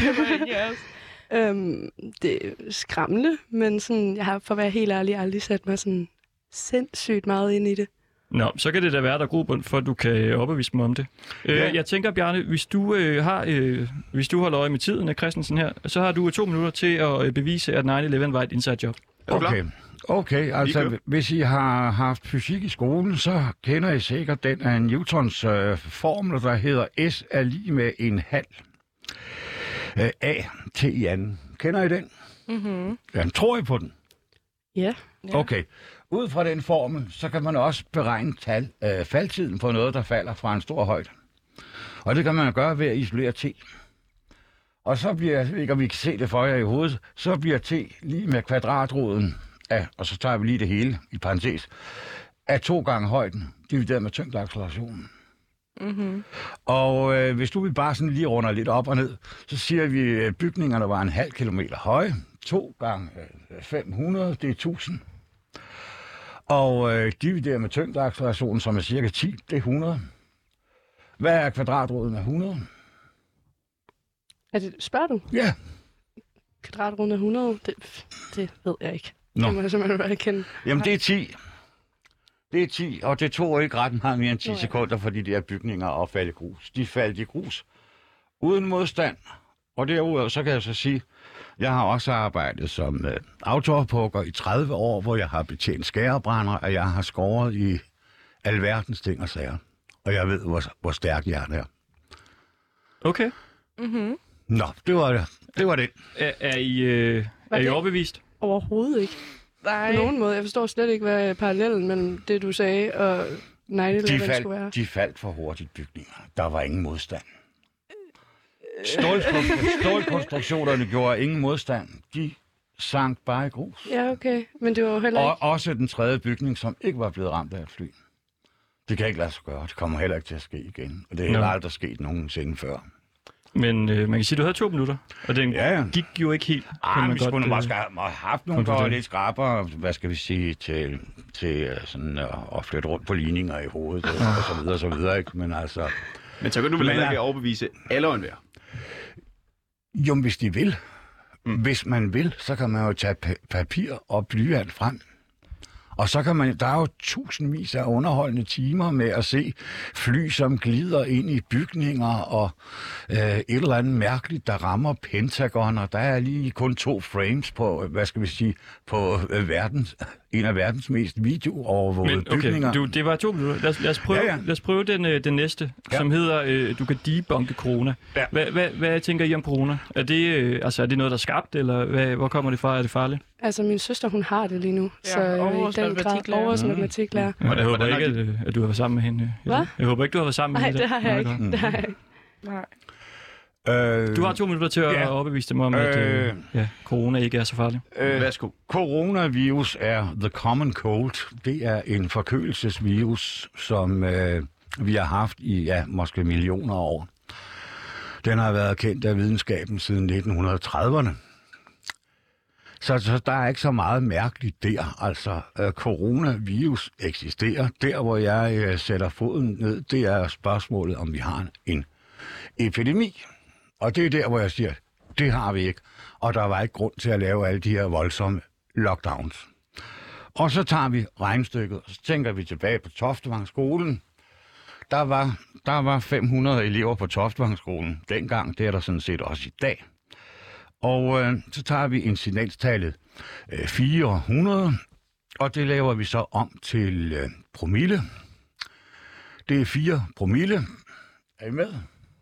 H: det er skræmmende, men sådan, jeg har for at være helt ærlig aldrig sat mig sådan sindssygt meget ind i det.
A: Nå, så kan det da være, der er grobund for, at du kan overbevise mig om det. Jeg tænker, Bjarne, hvis du holder øje med tiden af Christensen her, så har du 2 minutter til at bevise, at 9/11 var et inside job.
F: Okay, altså hvis I har haft fysik i skolen, så kender I sikkert den af Newtons formel, der hedder S er lige med en halv A til i anden. Kender I den?
H: Mm-hmm.
F: Jamen, tror I på den?
H: Ja.
F: Okay. Ud fra den formel, så kan man også beregne faldtiden på noget, der falder fra en stor højde. Og det kan man gøre ved at isolere T. Og så bliver, ikke om vi kan se det for jer i hovedet, så bliver T lige med kvadratroden af, og så tager vi lige det hele i parentes, af 2 gange højden, divideret med tyngdeaccelerationen.
H: Mm-hmm.
F: Og hvis du vil bare sådan lige runder lidt op og ned, så siger vi, at bygningerne var 0,5 kilometer høje. 2 gange 500, det er 1000. Og divideret med tyngdeaccelerationen, som er cirka 10, det er 100. Hvad er kvadratroden af 100?
H: Spørger du?
F: Ja.
H: Kvadratroden af 100? Det ved jeg ikke.
F: Nå.
H: Det må jeg simpelthen bare kende.
F: Jamen, det er 10. Det er 10, og det tog ikke ret meget mere end 10 sekunder for de der bygninger at falde i grus. De faldt i grus uden modstand. Og derudover, så kan jeg så sige, jeg har også arbejdet som autoophukker i 30 år, hvor jeg har betjent skærebrænder, og jeg har skåret i alverdens ting og sager. Og jeg ved, hvor stærk hjernen er.
A: Okay.
G: Mm-hmm.
F: Nå, det var det. Det var det.
A: Er I
H: det?
A: overbevist?
H: Overhovedet ikke.
G: Nej.
H: På nogen måde. Jeg forstår slet ikke, hvad parallellen mellem det, du sagde, og 9/11 skulle være.
F: De faldt for hurtigt bygninger. Der var ingen modstand. Stålkonstruktionerne gjorde ingen modstand. De sank bare i grus.
H: Ja, okay. Men det var jo heller ikke...
F: Og også den tredje bygning, som ikke var blevet ramt af et fly. Det kan ikke lade sig gøre. Det kommer heller ikke til at ske igen. Og det er heller aldrig sket nogensinde før.
A: Men man kan sige, at du havde 2 minutter, og den gik jo ikke helt.
F: Vi skulle måske have haft nogle, der var lidt skrabere, hvad skal vi sige, til sådan at flytte rundt på ligninger i hovedet, og så videre, og så videre, ikke? Men altså...
B: Men så kan du vel heller ikke overbevise alle og enhver?
F: Jo, hvis de vil. Hvis man vil, så kan man jo tage papir og blyant frem. Og så kan man, der er jo tusindvis af underholdende timer med at se fly, som glider ind i bygninger, og et eller andet mærkeligt, der rammer Pentagon, og der er lige kun 2 frames på, hvad skal vi sige, på en af verdens mest videoovervågede bygninger.
A: Men det var 2 minutter. Lad os prøve den næste, som hedder, du kan debunke corona. Ja. Hvad tænker I om corona? Er det noget, der er skabt, eller hvor kommer det fra? Er det farligt?
H: Altså, min søster, hun har det lige nu.
G: Ja,
H: så
G: Aarhus
H: i den grad Aarhus matematiklærer.
A: Og jeg håber ikke, at du har været sammen med hende.
H: Hvad?
A: Jeg håber ikke, du har været sammen med hende.
H: Nej, det har jeg ikke. Det har jeg ikke.
G: Nej.
A: Du har 2 minutter til at overbevise dem om, at corona ikke er så farlig.
B: Værsgo.
F: Coronavirus er the common cold. Det er en forkølelsesvirus, som vi har haft i måske millioner af år. Den har været kendt af videnskaben siden 1930'erne. Så der er ikke så meget mærkeligt der. Altså, coronavirus eksisterer. Der, hvor jeg sætter foden ned, det er spørgsmålet, om vi har en epidemi. Og det er der, hvor jeg siger, det har vi ikke. Og der var ikke grund til at lave alle de her voldsomme lockdowns. Og så tager vi regnstykket, og så tænker vi tilbage på Toftevangskolen. Der var 500 elever på Toftevangskolen dengang. Det er der sådan set også i dag. Og så tager vi incidenstallet 400, og det laver vi så om til promille. Det er 4 promille. Er I med?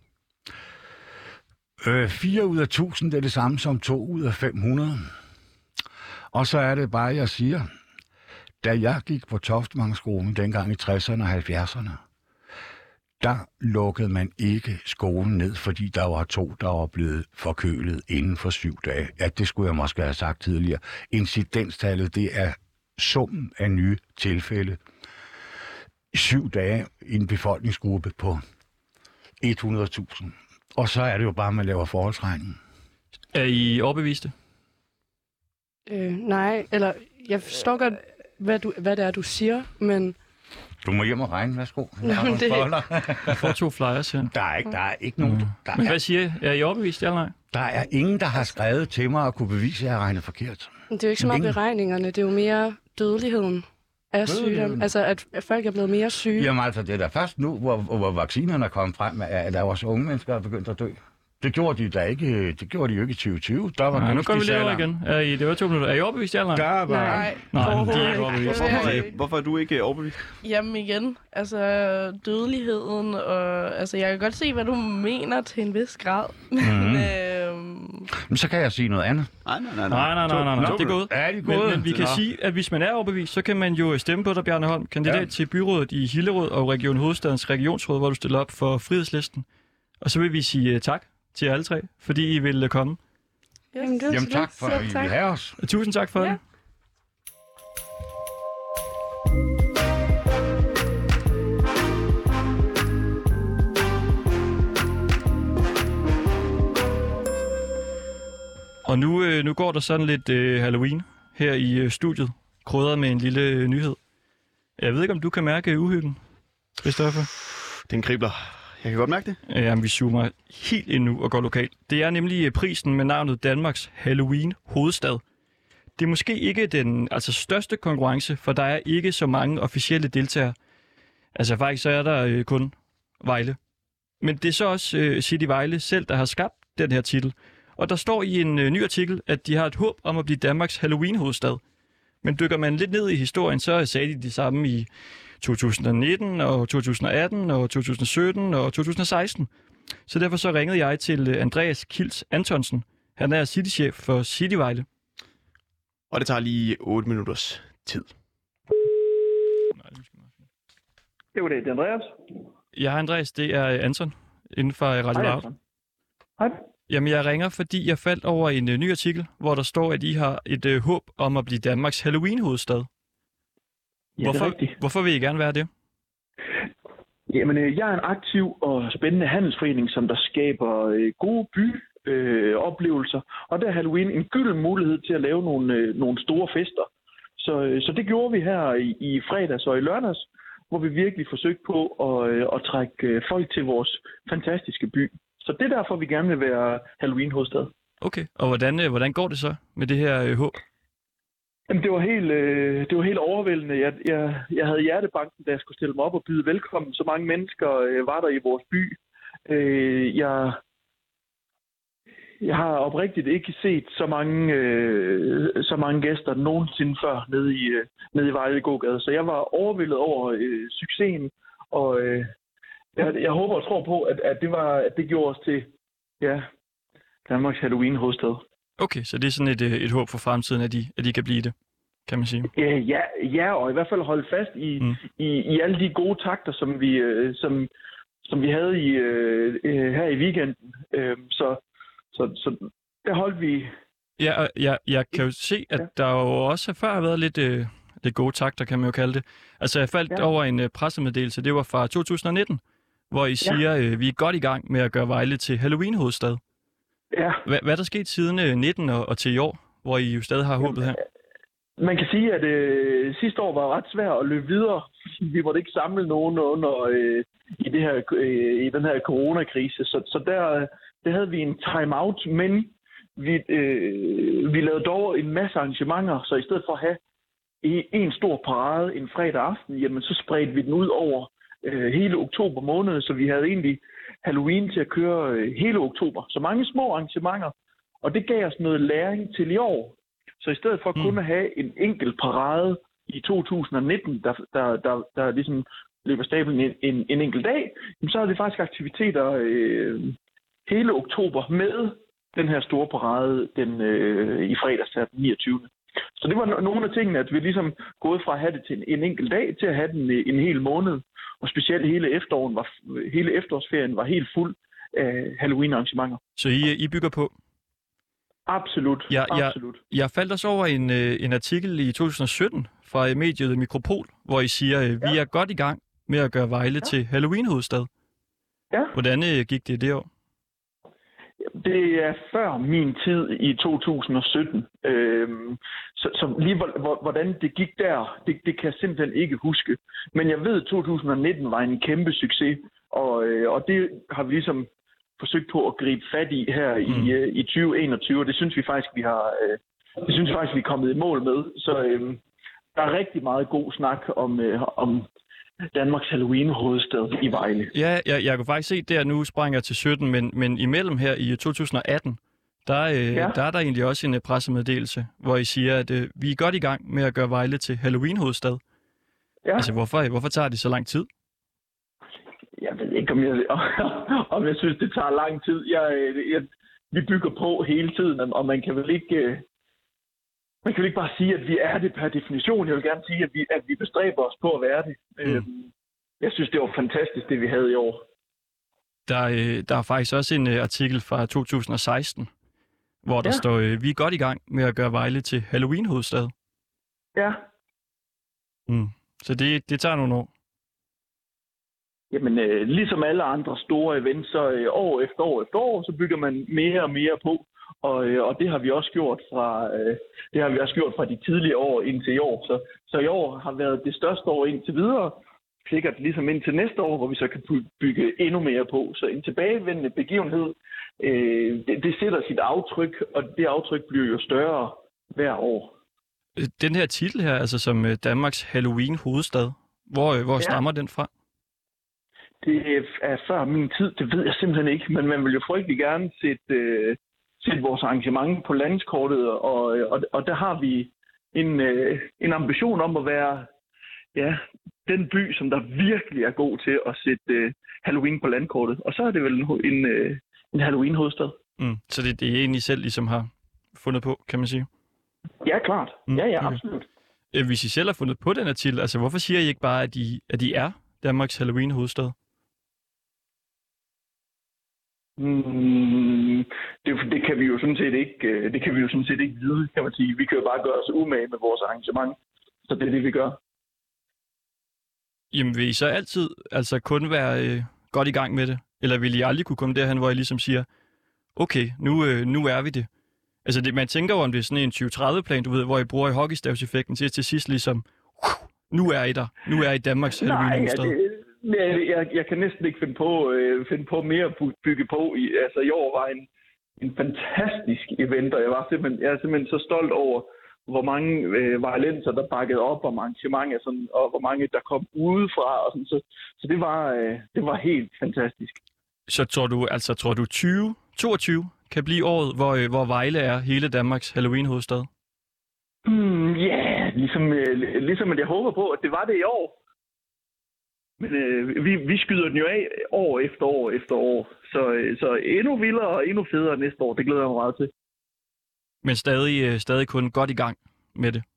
F: 4 ud af 1000, det er det samme som 2 ud af 500. Og så er det bare, jeg siger, da jeg gik på Toftevangskolen dengang i 60'erne og 70'erne, der lukkede man ikke skolen ned, fordi der var 2, der var blevet forkølet inden for 7 dage. Ja, det skulle jeg måske have sagt tidligere. Incidenstallet, det er summen af nye tilfælde. 7 dage i en befolkningsgruppe på 100.000. Og så er det jo bare, at man laver forholdsregning.
A: Er I overbeviste?
H: Nej, eller jeg forstår godt, hvad det er, du siger, men...
F: Du må hjem og regne, værsgo.
A: Jeg får 2 flyers her.
F: Der er ikke nogen...
A: Men hvad siger I? Er I overbevist, eller nej?
F: Der er ingen, der har skrevet til mig og kunne bevise, at jeg har regnet forkert.
H: Det er jo ikke så meget beregningerne, det er jo mere dødeligheden af sygdom. Altså, at folk er blevet mere syge.
F: Jamen altså, det er da først nu, hvor vaccinerne er kommet frem, at der også unge mennesker er begyndt at dø. Det gjorde de da ikke. Det gjorde de jo ikke i 2020. Der var
A: nu går vi lidt over igen. Det var 2 minutter. Er I overbevist, eller nej?
G: Nej.
A: De er ikke overbevist.
B: Hvorfor er du ikke overbevist?
G: Jamen igen, altså dødeligheden, og altså jeg kan godt se, hvad du mener til en vis grad.
F: Men så kan jeg sige noget andet.
B: Nej.
A: Det er gået.
F: Ja, det er gået.
A: Men vi kan sige, at hvis man er overbevist, så kan man jo stemme på dig, Bjarne Holm, kandidat til byrådet i Hillerød og Region Hovedstadens Regionsråd, hvor du stiller op for Frihedslisten. Og så vil vi sige tak til alle 3, fordi I ville komme.
H: Jamen
F: tak for, at I vil have os.
A: Og tusind tak for det. Og nu går der sådan lidt Halloween her i studiet, krydret med en lille nyhed. Jeg ved ikke, om du kan mærke uhyggen, Christoffer?
B: Den kribler. Jeg kan godt mærke det.
A: Jamen, vi zoomer helt ind nu og går lokalt. Det er nemlig prisen med navnet Danmarks Halloween hovedstad. Det er måske ikke den største konkurrence, for der er ikke så mange officielle deltagere. Altså faktisk så er der kun Vejle. Men det er så også City Vejle selv, der har skabt den her titel. Og der står i en ny artikel, at de har et håb om at blive Danmarks Halloween-hovedstad. Men dykker man lidt ned i historien, så sagde de samme i 2019 og 2018 og 2017 og 2016. Så derfor så ringede jeg til Andreas Kils Antonsen. Han er citychef for City Vejle.
B: Og det tager lige 8 minutters tid.
I: Det var det, Andreas.
A: Ja, Andreas, det er Anton inden for Radio
I: Hej,
A: Loud.
I: Anton. Hej.
A: Jamen, jeg ringer, fordi jeg faldt over en ny artikel, hvor der står, at I har et håb om at blive Danmarks Halloween-hovedstad.
I: Ja, det er rigtigt.
A: Hvorfor vil I gerne være det?
I: Jamen, jeg er en aktiv og spændende handelsforening, som der skaber gode byoplevelser. Og der er Halloween en gylden mulighed til at lave nogle store fester. Så det gjorde vi her i fredags og i lørdags, hvor vi virkelig forsøgte på at trække folk til vores fantastiske by. Så det er derfor, vi gerne vil være Halloween-hovedstad.
A: Okay, og hvordan går det så med det her håb?
I: Jamen, det var helt overvældende. Jeg havde hjertebanken, da jeg skulle stille mig op og byde velkommen. Så mange mennesker var der i vores by. Jeg har oprigtigt ikke set så mange gæster nogensinde før nede i Vejle Gågade. Så jeg var overvældet over succesen, og jeg håber og tror på, at det gjorde os til Danmarks Halloween-hovedstad.
A: Okay, så det er sådan et håb for fremtiden, at de kan blive det, kan man sige.
I: Ja, og i hvert fald holde fast i alle de gode takter, som vi havde her i weekenden. Så der holdt vi...
A: Ja, og jeg kan jo se, at der jo også før har været lidt gode takter, kan man jo kalde det. Altså, jeg faldt over en pressemeddelelse, det var fra 2019, hvor I siger, vi er godt i gang med at gøre Vejle til Halloween-hovedstad.
I: Ja.
A: Hvad er der sket siden 19 og til i år, hvor I jo stadig har håbet her?
I: Man kan sige, at sidste år var ret svært at løbe videre. Vi måtte ikke samle nogen under i den her coronakrise. Så der havde vi en time-out, men vi lavede dog en masse arrangementer, så i stedet for at have en stor parade en fredag aften, jamen så spredte vi den ud over hele oktober måned, så vi havde egentlig Halloween til at køre hele oktober. Så mange små arrangementer, og det gav os noget læring til i år. Så i stedet for kun at have en enkelt parade i 2019, der ligesom løber stablen en enkelt dag, så er det faktisk aktiviteter hele oktober med den her store parade i fredags den 29. Så det var nogle af tingene, at vi ligesom gået fra at have det til en enkelt dag, til at have den en hel måned. Og specielt hele efterårsferien var helt fuld af Halloween-arrangementer.
A: Så I bygger på?
I: Absolut, absolut.
A: Jeg faldt også over en artikel i 2017 fra mediet Mikropol, hvor I siger, vi er godt i gang med at gøre Vejle til Halloween-hovedstad.
I: Ja.
A: Hvordan gik det år?
I: Det er før min tid i 2017. Så lige hvordan det gik der, det kan jeg simpelthen ikke huske. Men jeg ved, at 2019 var en kæmpe succes, og det har vi ligesom forsøgt på at gribe fat i her i 2021, og det synes vi faktisk, vi er kommet i mål med. Så der er rigtig meget god snak om Danmarks Halloween-hovedstad i Vejle.
A: Ja, jeg kunne faktisk se der, nu springer jeg til 17, men imellem her i 2018, der er der egentlig også en pressemeddelelse, hvor I siger, at vi er godt i gang med at gøre Vejle til Halloween-hovedstad. Ja. Altså, hvorfor tager det så lang tid?
I: Jeg ved ikke, om jeg synes, det tager lang tid. Vi bygger på hele tiden, og man kan vel ikke bare sige, at vi er det per definition. Jeg vil gerne sige, at vi bestræber os på at være det. Jeg synes, det var fantastisk, det vi havde i år.
A: Der er faktisk også en artikel fra 2016, hvor der står, vi er godt i gang med at gøre Vejle til Halloween-hovedstad.
I: Ja.
A: Så det tager nogle år.
I: Jamen, ligesom alle andre store events, så år efter år, så bygger man mere og mere på. Og det har vi også gjort fra de tidlige år indtil i år. Så i år har været det største år indtil videre. Sikkert ligesom indtil næste år, hvor vi så kan bygge endnu mere på. Så en tilbagevendende begivenhed, det sætter sit aftryk, og det aftryk bliver jo større hver år.
A: Den her titel her, altså som Danmarks Halloween-hovedstad, hvor stammer den fra?
I: Det er før min tid, det ved jeg simpelthen ikke, men man vil jo frygtelig gerne sætte vores arrangement på landskortet, og der har vi en ambition om at være den by, som der virkelig er god til at sætte Halloween på landkortet. Og så er det vel en Halloween-hovedstad.
A: Så det er egentlig selv ligesom har fundet på, kan man sige?
I: Ja, klart. Ja,
A: okay.
I: Absolut.
A: Hvis I selv har fundet på den her titel, altså hvorfor siger I ikke bare, at I er Danmarks Halloween-hovedstad?
I: Det kan vi jo sådan set ikke. Det kan vi jo sådan set ikke vide, kan man sige. Vi kan jo bare gøre os umage med vores arrangement. Så det er det, vi gør.
A: Jamen vil I så altid altså kun være godt i gang med det? Eller vil I aldrig kunne komme derhen, hvor I ligesom siger, okay, nu er vi det? Altså man tænker jo, om det er sådan en 2030-plan, du ved, hvor I bruger i hockeystavseffekten til sidst ligesom, nu er I der. Nu er I Danmarks Halloween-hovedstad.
I: Jeg kan næsten ikke finde på mere at bygge på. I år var en fantastisk event, og jeg er simpelthen så stolt over, hvor mange violenser, der bakkede op om arrangementer, sådan, og hvor mange, der kom udefra. Og sådan, så det var helt fantastisk.
A: Så tror du 2022 kan blive året, hvor Vejle er hele Danmarks Halloween-hovedstad?
I: Ligesom at jeg håber på, at det var det i år. Men vi skyder den jo af år efter år efter år. Så endnu vildere og endnu federe næste år. Det glæder jeg mig meget til.
A: Men stadig kun godt i gang med det?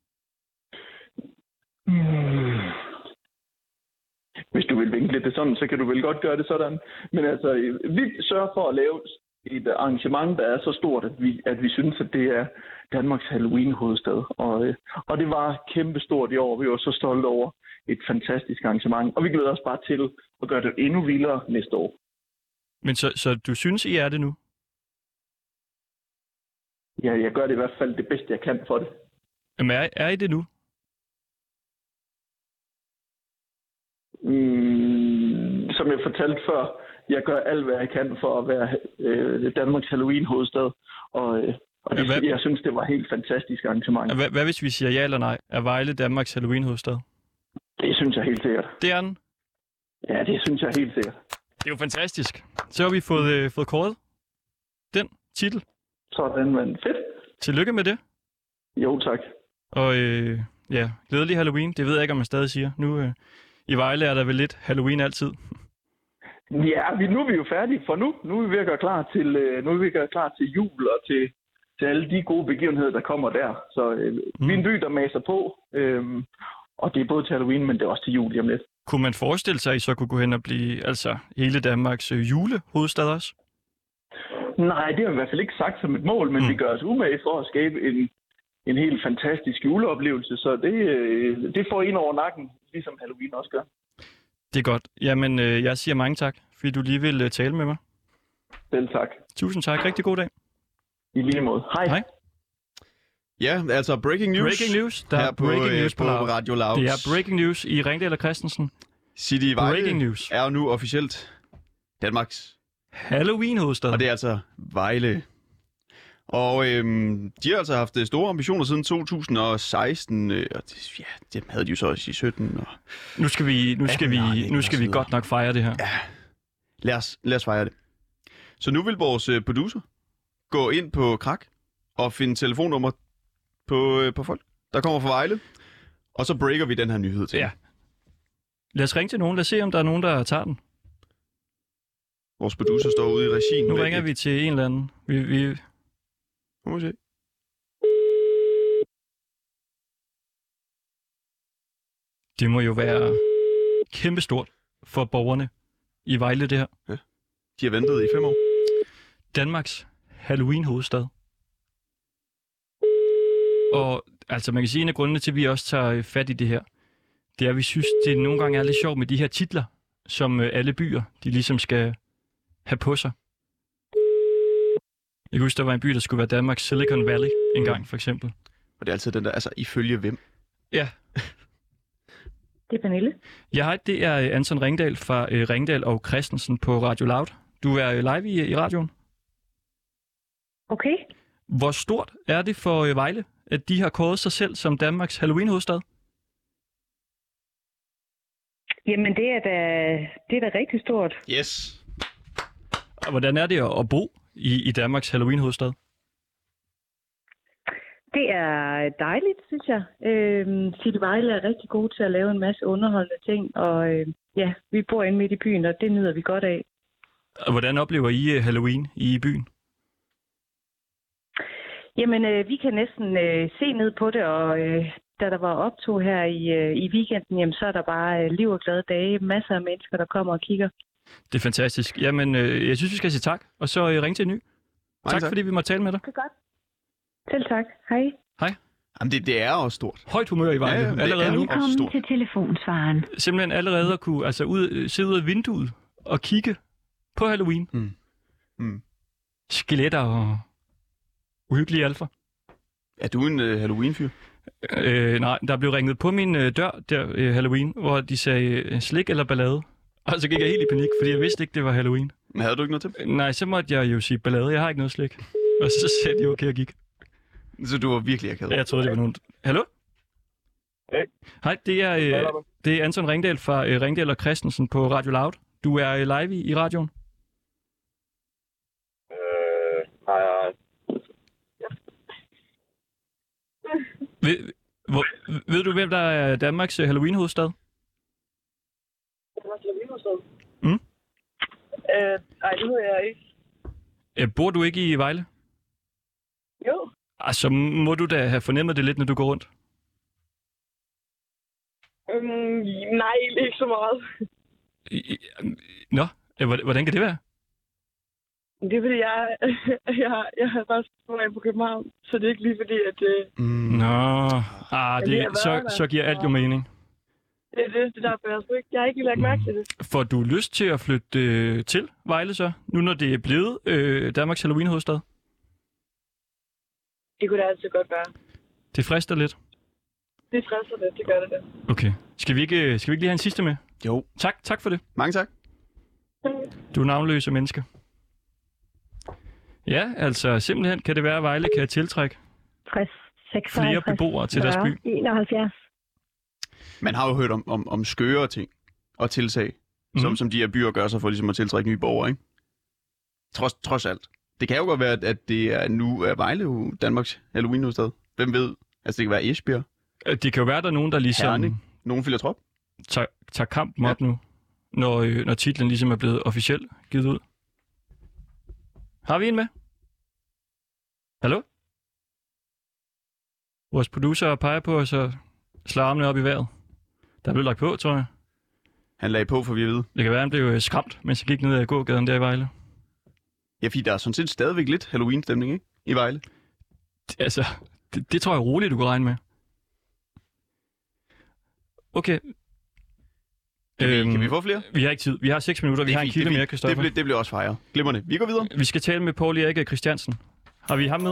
I: Hvis du vil vinkle det sådan, så kan du vel godt gøre det sådan. Men altså, vi sørger for at lave et arrangement, der er så stort, at vi synes, at det er Danmarks Halloween-hovedstad. Og det var kæmpestort i år. Vi var så stolte over et fantastisk arrangement. Og vi glæder os bare til at gøre det endnu vildere næste år.
A: Men så du synes, I er det nu?
I: Ja, jeg gør det i hvert fald det bedste, jeg kan for det.
A: Jamen, er I det nu?
I: Som jeg fortalte før, jeg gør alt, hvad jeg kan for at være Danmarks Halloween-hovedstad. Jeg synes, det var et helt fantastisk arrangement.
A: Hvad hvis vi siger ja eller nej? Er Vejle Danmarks Halloween-hovedstad?
I: Det synes jeg helt sikkert.
A: Det er den?
I: Ja, det synes jeg helt sikkert.
A: Det er jo fantastisk. Så har vi fået kåret den titel.
I: Sådan, men fedt.
A: Tillykke med det.
I: Jo, tak.
A: Og glædelig Halloween. Det ved jeg ikke, om man stadig siger. Nu i Vejle er der vel lidt Halloween altid.
I: Ja, nu er vi jo færdige for nu. Nu er vi ved at gøre klar til jul og til alle de gode begivenheder, der kommer der. Så vi er en by, der maser på. Og det er både til Halloween, men det er også til jul lige om lidt.
A: Kunne man forestille sig, at I så kunne gå hen og blive hele Danmarks julehovedstad også?
I: Nej, det har vi i hvert fald ikke sagt som et mål, men vi gør os umage for at skabe en helt fantastisk juleoplevelse. Så det får ind over nakken, ligesom Halloween også gør.
A: Det er godt. Jamen, jeg siger mange tak, fordi du lige vil tale med mig.
I: Selv tak.
A: Tusind tak. Rigtig god dag.
I: I lige måde. Hej.
A: Hej.
B: Ja, altså breaking news.
A: Breaking news. Der
B: her
A: er breaking news på
B: Radio Loud.
A: Det er breaking news i Ringdal og Christensen.
B: City Vejle
A: breaking news
B: er nu officielt Danmarks
A: Halloween-hovedstad.
B: Og det er altså Vejle. Og de har altså haft store ambitioner siden 2016. Og det havde de jo så også i 17. Og
A: nu skal vi godt nok fejre det her.
B: Ja, lad os fejre det. Så nu vil vores producer gå ind på Krak og finde telefonnummer på folk, der kommer fra Vejle. Og så breaker vi den her nyhed til.
A: Ja. Lad os ringe til nogen. Lad os se, om der er nogen, der tager den.
B: Vores producer står ude i regien.
A: Nu ringer vi til en eller anden.
B: Nu må vi se.
A: Det må jo være kæmpestort for borgerne i Vejle, det her.
B: Ja. De har ventet i 5 år.
A: Danmarks Halloween-hovedstad. Og altså, man kan sige, en af grundene til, at vi også tager fat i det her, det er, at vi synes, det nogle gange er lidt sjovt med de her titler, som alle byer, de ligesom skal have på sig. Jeg kan huske, der var en by, der skulle være Danmarks Silicon Valley engang, for eksempel.
B: Og det er altid den der, altså ifølge hvem?
A: Ja.
J: Det er Pernille.
A: Ja, hej, det er Anton Ringdal fra Ringdal og Christensen på Radio Loud. Du er live i radioen.
J: Okay.
A: Hvor stort er det for Vejle, at de har kåret sig selv som Danmarks Halloween-hovedstad?
J: Jamen, det er da rigtig stort.
B: Yes.
A: Og hvordan er det at bo i Danmarks Halloween-hovedstad?
J: Det er dejligt, synes jeg. City Vejle er rigtig gode til at lave en masse underholdende ting, og vi bor inde midt i byen, og det nyder vi godt af.
A: Og hvordan oplever I Halloween i byen?
J: Jamen, vi kan næsten se ned på det, og da der var optog her i weekenden, jamen, så er der bare liv og glade dage. Masser af mennesker, der kommer og kigger.
A: Det er fantastisk. Jamen, jeg synes, vi skal sige tak, og så ringe til en ny. Tak, fordi vi må tale med dig.
J: Det er godt. Selv tak. Hej.
A: Hej.
B: Jamen, det er også stort.
A: Højt humør i Vejle, allerede nu.
J: Velkommen til telefonsvaren.
A: Simpelthen allerede at kunne sidde ud af vinduet og kigge på Halloween. Skeletter og uhyggelige alfer.
B: Er du en Halloween-fyr?
A: Nej, der blev ringet på min dør der Halloween, hvor de sagde slik eller ballade. Og så gik jeg helt i panik, fordi jeg vidste ikke, det var Halloween.
B: Men havde du ikke noget til?
A: Nej, så måtte jeg jo sige ballade. Jeg har ikke noget slik. Og så sagde de okay, jeg gik.
B: Så du var virkelig akavet?
A: Jeg troede, det var nogen. Hallo?
K: Hey.
A: Hej, det er Anton Ringdal fra Ringdal og Christensen på Radio Loud. Du er live i radioen.
K: Nej.
A: Ved du, hvem der er Danmarks Halloween-hovedstad?
K: Danmarks Halloween-hovedstad?
A: Mm?
K: Nej, det ved jeg ikke.
A: Bor du ikke i Vejle?
K: Jo.
A: Altså, må du da have fornemmet det lidt, når du går rundt?
K: Nej, ikke så meget.
A: Nå, hvordan kan det være?
K: Det er fordi, jeg har bare været på København, så det er ikke lige fordi, at...
A: Så giver alt jo mening.
K: Det er derfor, jeg har ikke lagt mærke til det.
A: Får du lyst til at flytte til Vejle så, nu når det er blevet Danmarks Halloween-hovedstad?
K: Det kunne det altid godt være.
A: Det frister lidt?
K: Det frister lidt, det gør det.
A: Okay. Skal vi ikke lige have en sidste med?
B: Jo.
A: Tak for det.
B: Mange tak.
A: Du er navnløse menneske. Ja, altså simpelthen kan det være, at Vejle kan tiltrække
J: 60, 56,
A: flere beboere til deres by.
J: 71.
B: Man har jo hørt om skøre ting og tiltag, som de her byer gør sig for ligesom at tiltrække nye borgere, ikke? Trods alt. Det kan jo godt være, at det er nu er Vejle jo Danmarks Halloween-hovedstad. Hvem ved? Altså det kan være Esbjerg.
A: Det kan jo være, at der er nogen, der ligesom...
B: Herning. Nogen fylder trop.
A: Tager kampen op nu, når titlen ligesom er blevet officielt givet ud. Har vi en med? Hallo? Vores producer peger på os og slår armene op i vejret. Der blev lagt på, tror jeg.
B: Han lagde på, for vi ved.
A: Det kan være, han blev skræmt, mens jeg gik ned ad gågaden der i Vejle.
B: Ja, fordi der er sådan set stadigvæk lidt Halloween-stemning, ikke? I Vejle.
A: Det tror jeg roligt, du kan regne med. Okay.
B: Kan vi få flere?
A: Vi har ikke tid. Vi har 6 minutter. Vi har en kilde mere, Christoffer.
B: Det bliver også fejret. Glimrende. Vi går videre.
A: Vi skal tale med Poul Erik Christiansen. Har vi ham med?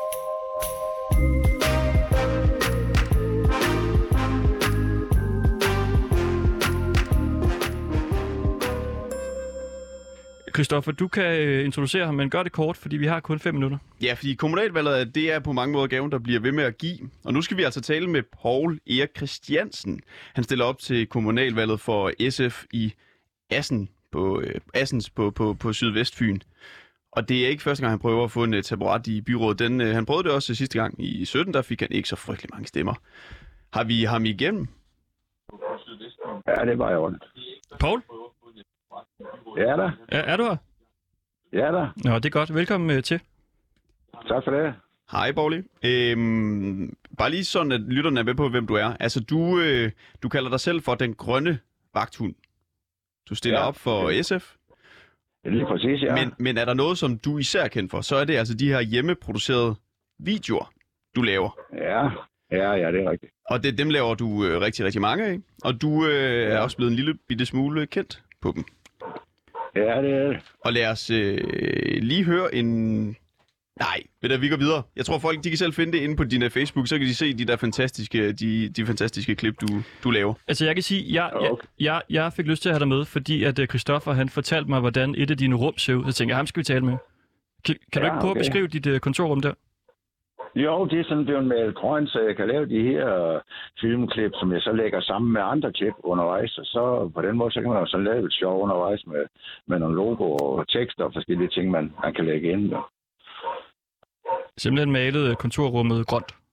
A: Christoffer, du kan introducere ham, men gør det kort, fordi vi har kun 5 minutter.
B: Ja, fordi kommunalvalget, det er på mange måder gaven, der bliver ved med at give. Og nu skal vi altså tale med Poul Erik Christiansen. Han stiller op til kommunalvalget for SF i Assens på Sydvestfyn. Og det er ikke første gang, han prøver at få en taburet i byrådet. Han prøvede det også sidste gang i 17, der fik han ikke så frygtelig mange stemmer. Har vi ham igennem?
L: Ja, det var jeg ondt.
A: Poul?
L: Ja da.
A: Er du her?
L: Ja da.
A: Nå, det er godt. Velkommen til.
L: Tak for det.
B: Hej, Poul. Bare lige sådan, at lytterne er med på, hvem du er. Altså, du kalder dig selv for den grønne vagthund. Du stiller op for SF.
L: Lige præcis, ja.
B: Men er der noget, som du især er kendt for, så er det altså de her hjemmeproducerede videoer, du laver.
L: Ja, det er rigtigt.
B: Og dem laver du rigtig, rigtig mange af. Og du er også blevet en lille bitte smule kendt på dem.
L: Ja, det er det.
B: Og lad os lige høre en... Nej, vi går videre. Jeg tror, folk de kan selv finde det inde på din Facebook, så kan de se de der fantastiske klip, du laver.
A: Altså, jeg kan sige, jeg fik lyst til at have dig med, fordi at Christoffer, han fortalte mig, hvordan et af dine rum ser ud. Så tænkte jeg, ham skal vi tale med. Kan du ikke prøve at beskrive dit kontorrum der?
L: Jo, det er sådan blevet med grønt, så jeg kan lave de her filmklip, som jeg så lægger sammen med andre klip undervejs. Og så på den måde, så kan man jo så lave et show undervejs med nogle logo og tekster og forskellige ting, man kan lægge ind.
A: Simpelthen malet kontorrummet grønt.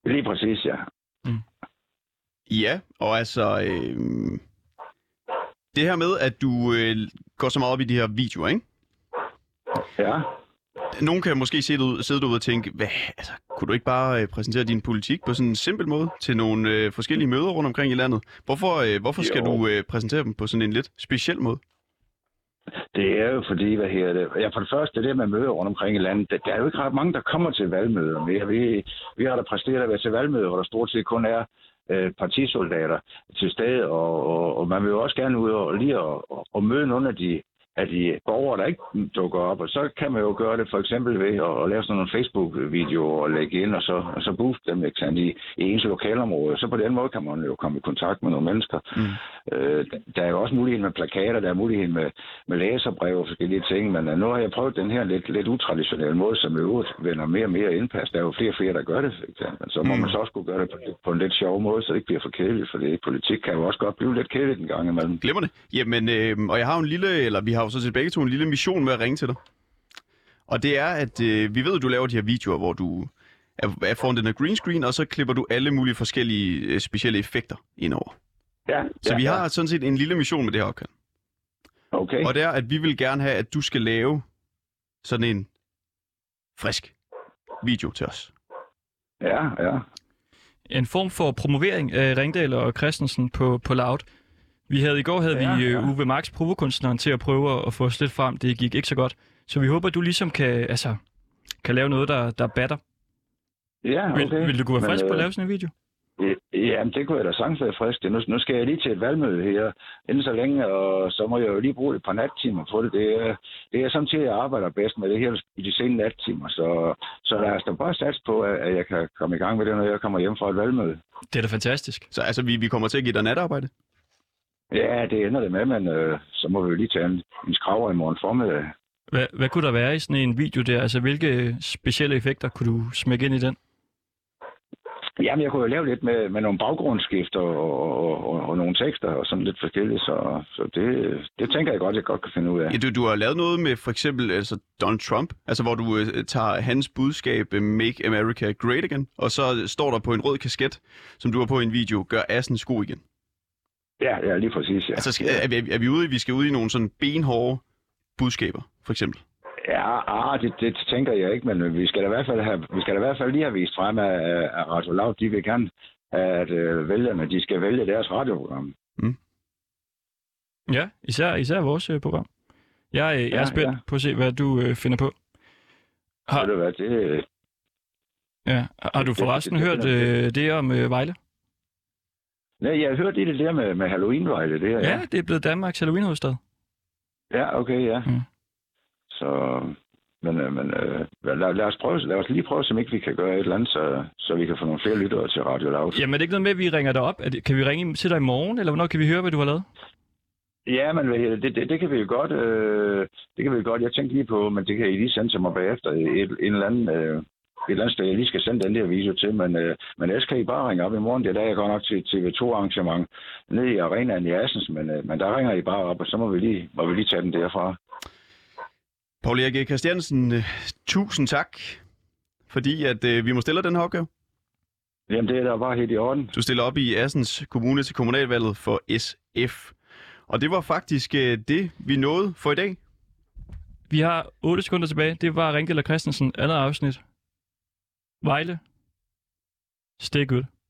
L: Lige præcis, ja.
B: Ja, og altså... det her med, at du går så meget op i de her videoer, ikke?
L: Ja.
B: Nogen kan måske sidde derude og tænke, kunne du ikke bare præsentere din politik på sådan en simpel måde til nogle forskellige møder rundt omkring i landet? Hvorfor skal du præsentere dem på sådan en lidt speciel måde?
L: Det er jo fordi, for det første, det med møder rundt omkring i landet, der er jo ikke ret mange, der kommer til valgmøder mere. Vi har da præsteret at være til valgmøder, hvor der stort set kun er partisoldater til stede, og man vil jo også gerne ud og lige og møde nogle af de borgere, der ikke dukker op, og så kan man jo gøre det for eksempel ved at lave sådan nogle Facebook-videoer og lægge ind, og så booste dem i ens lokalområde. Så på den måde kan man jo komme i kontakt med nogle mennesker. Der er jo også mulighed med plakater, der er mulighed med læserbrev og forskellige ting, men nu har jeg prøvet den her lidt utraditionelle måde, som jo vender mere og mere indpas. Der er jo flere og flere, der gør det, men så må man så også kunne gøre det på en lidt sjov måde, så det ikke bliver for kedeligt, for politik kan jo også godt blive lidt kedeligt en gang imellem.
B: Glemmer det. Jamen, og jeg har jo vi har jo så til begge to en lille mission med at ringe til dig. Og det er, at vi ved, at du laver de her videoer, hvor du er foran den her green screen, og så klipper du alle mulige forskellige specielle effekter indover.
L: Ja.
B: Så vi har sådan set en lille mission med det her opkald.
L: Okay.
B: Og det er, at vi vil gerne have, at du skal lave sådan en frisk video til os.
L: Ja.
A: En form for promovering af Ringdal og Christensen på Loud. I går havde vi Uwe Max, provokunstneren, til at prøve at få os lidt frem. Det gik ikke så godt. Så vi håber, at du ligesom kan lave noget, der batter.
L: Ja, okay.
A: Vil du gå frisk på at lave sådan en video?
L: Jamen, det kunne jeg da sagtens være frisk. Nu skal jeg lige til et valgmøde her inden så længe, og så må jeg jo lige bruge et par nattimer på det. Det er samtidig, jeg arbejder bedst med det her i de sene nattimer, så lad os da bare satse på, at jeg kan komme i gang med det, når jeg kommer hjem fra et valgmøde.
A: Det er da fantastisk.
B: Så altså, vi kommer til at give dig natarbejde?
L: Ja, det ender det med, men så må vi jo lige tage en skraver i morgen formiddag.
A: Hvad kunne der være i sådan en video der? Altså, hvilke specielle effekter kunne du smække ind i den?
L: Jamen, jeg kunne jo lave lidt med nogle baggrundsskifter og nogle tekster og sådan lidt forskelligt, så det tænker jeg godt kan finde ud af.
B: Ja, du har lavet noget med for eksempel Donald Trump, altså hvor du tager hans budskab Make America Great Again, og så står der på en rød kasket, som du har på i en video, gør Assens god igen.
L: Ja, lige præcis, ja.
B: Altså, er vi ude, vi skal ud i nogle sådan benhårde budskaber, for eksempel?
L: Ja, det tænker jeg ikke, men vi skal da i hvert fald lige have vist frem, at Radio Loud, de vil gerne, at vælgerne, de skal vælge deres radioprogram.
A: Ja, især vores program. Jeg er spændt på at se, hvad du finder på. Ja, har du forresten hørt det om Vejle?
L: Nej, jeg har hørt det der med Halloween-Vejle. Det her,
A: ja, det er blevet Danmarks Halloween-hovedstad.
L: Ja, okay, ja. Så, men lad os lige prøve, som ikke vi kan gøre et eller andet, så vi kan få nogle flere lyttere til Radio Loud.
A: Jamen, er det ikke noget med, at vi ringer dig op? Kan vi ringe til dig i morgen, eller hvornår kan vi høre, hvad du har lavet?
L: Ja, men det kan vi jo godt. Det kan vi jo godt. Jeg tænkte lige på, men det kan I lige sende til mig bagefter. Et eller andet sted, jeg lige skal sende den der video til, men ellers kan I bare ringe op i morgen. Det er der, jeg går nok til TV2-arrangement nede i arenaen i Assens, men der ringer I bare op, og så må vi lige tage den derfra.
B: Poul Erik Christiansen, tusind tak, fordi at vi må stille den her opgave.
L: Jamen, det er da bare helt i orden.
B: Du stiller op i Assens Kommune til kommunalvalget for SF. Og det var faktisk det, vi nåede for i dag.
A: Vi har 8 sekunder tilbage. Det var Ringdal og Christensen, andet afsnit. Vejle. Stay good.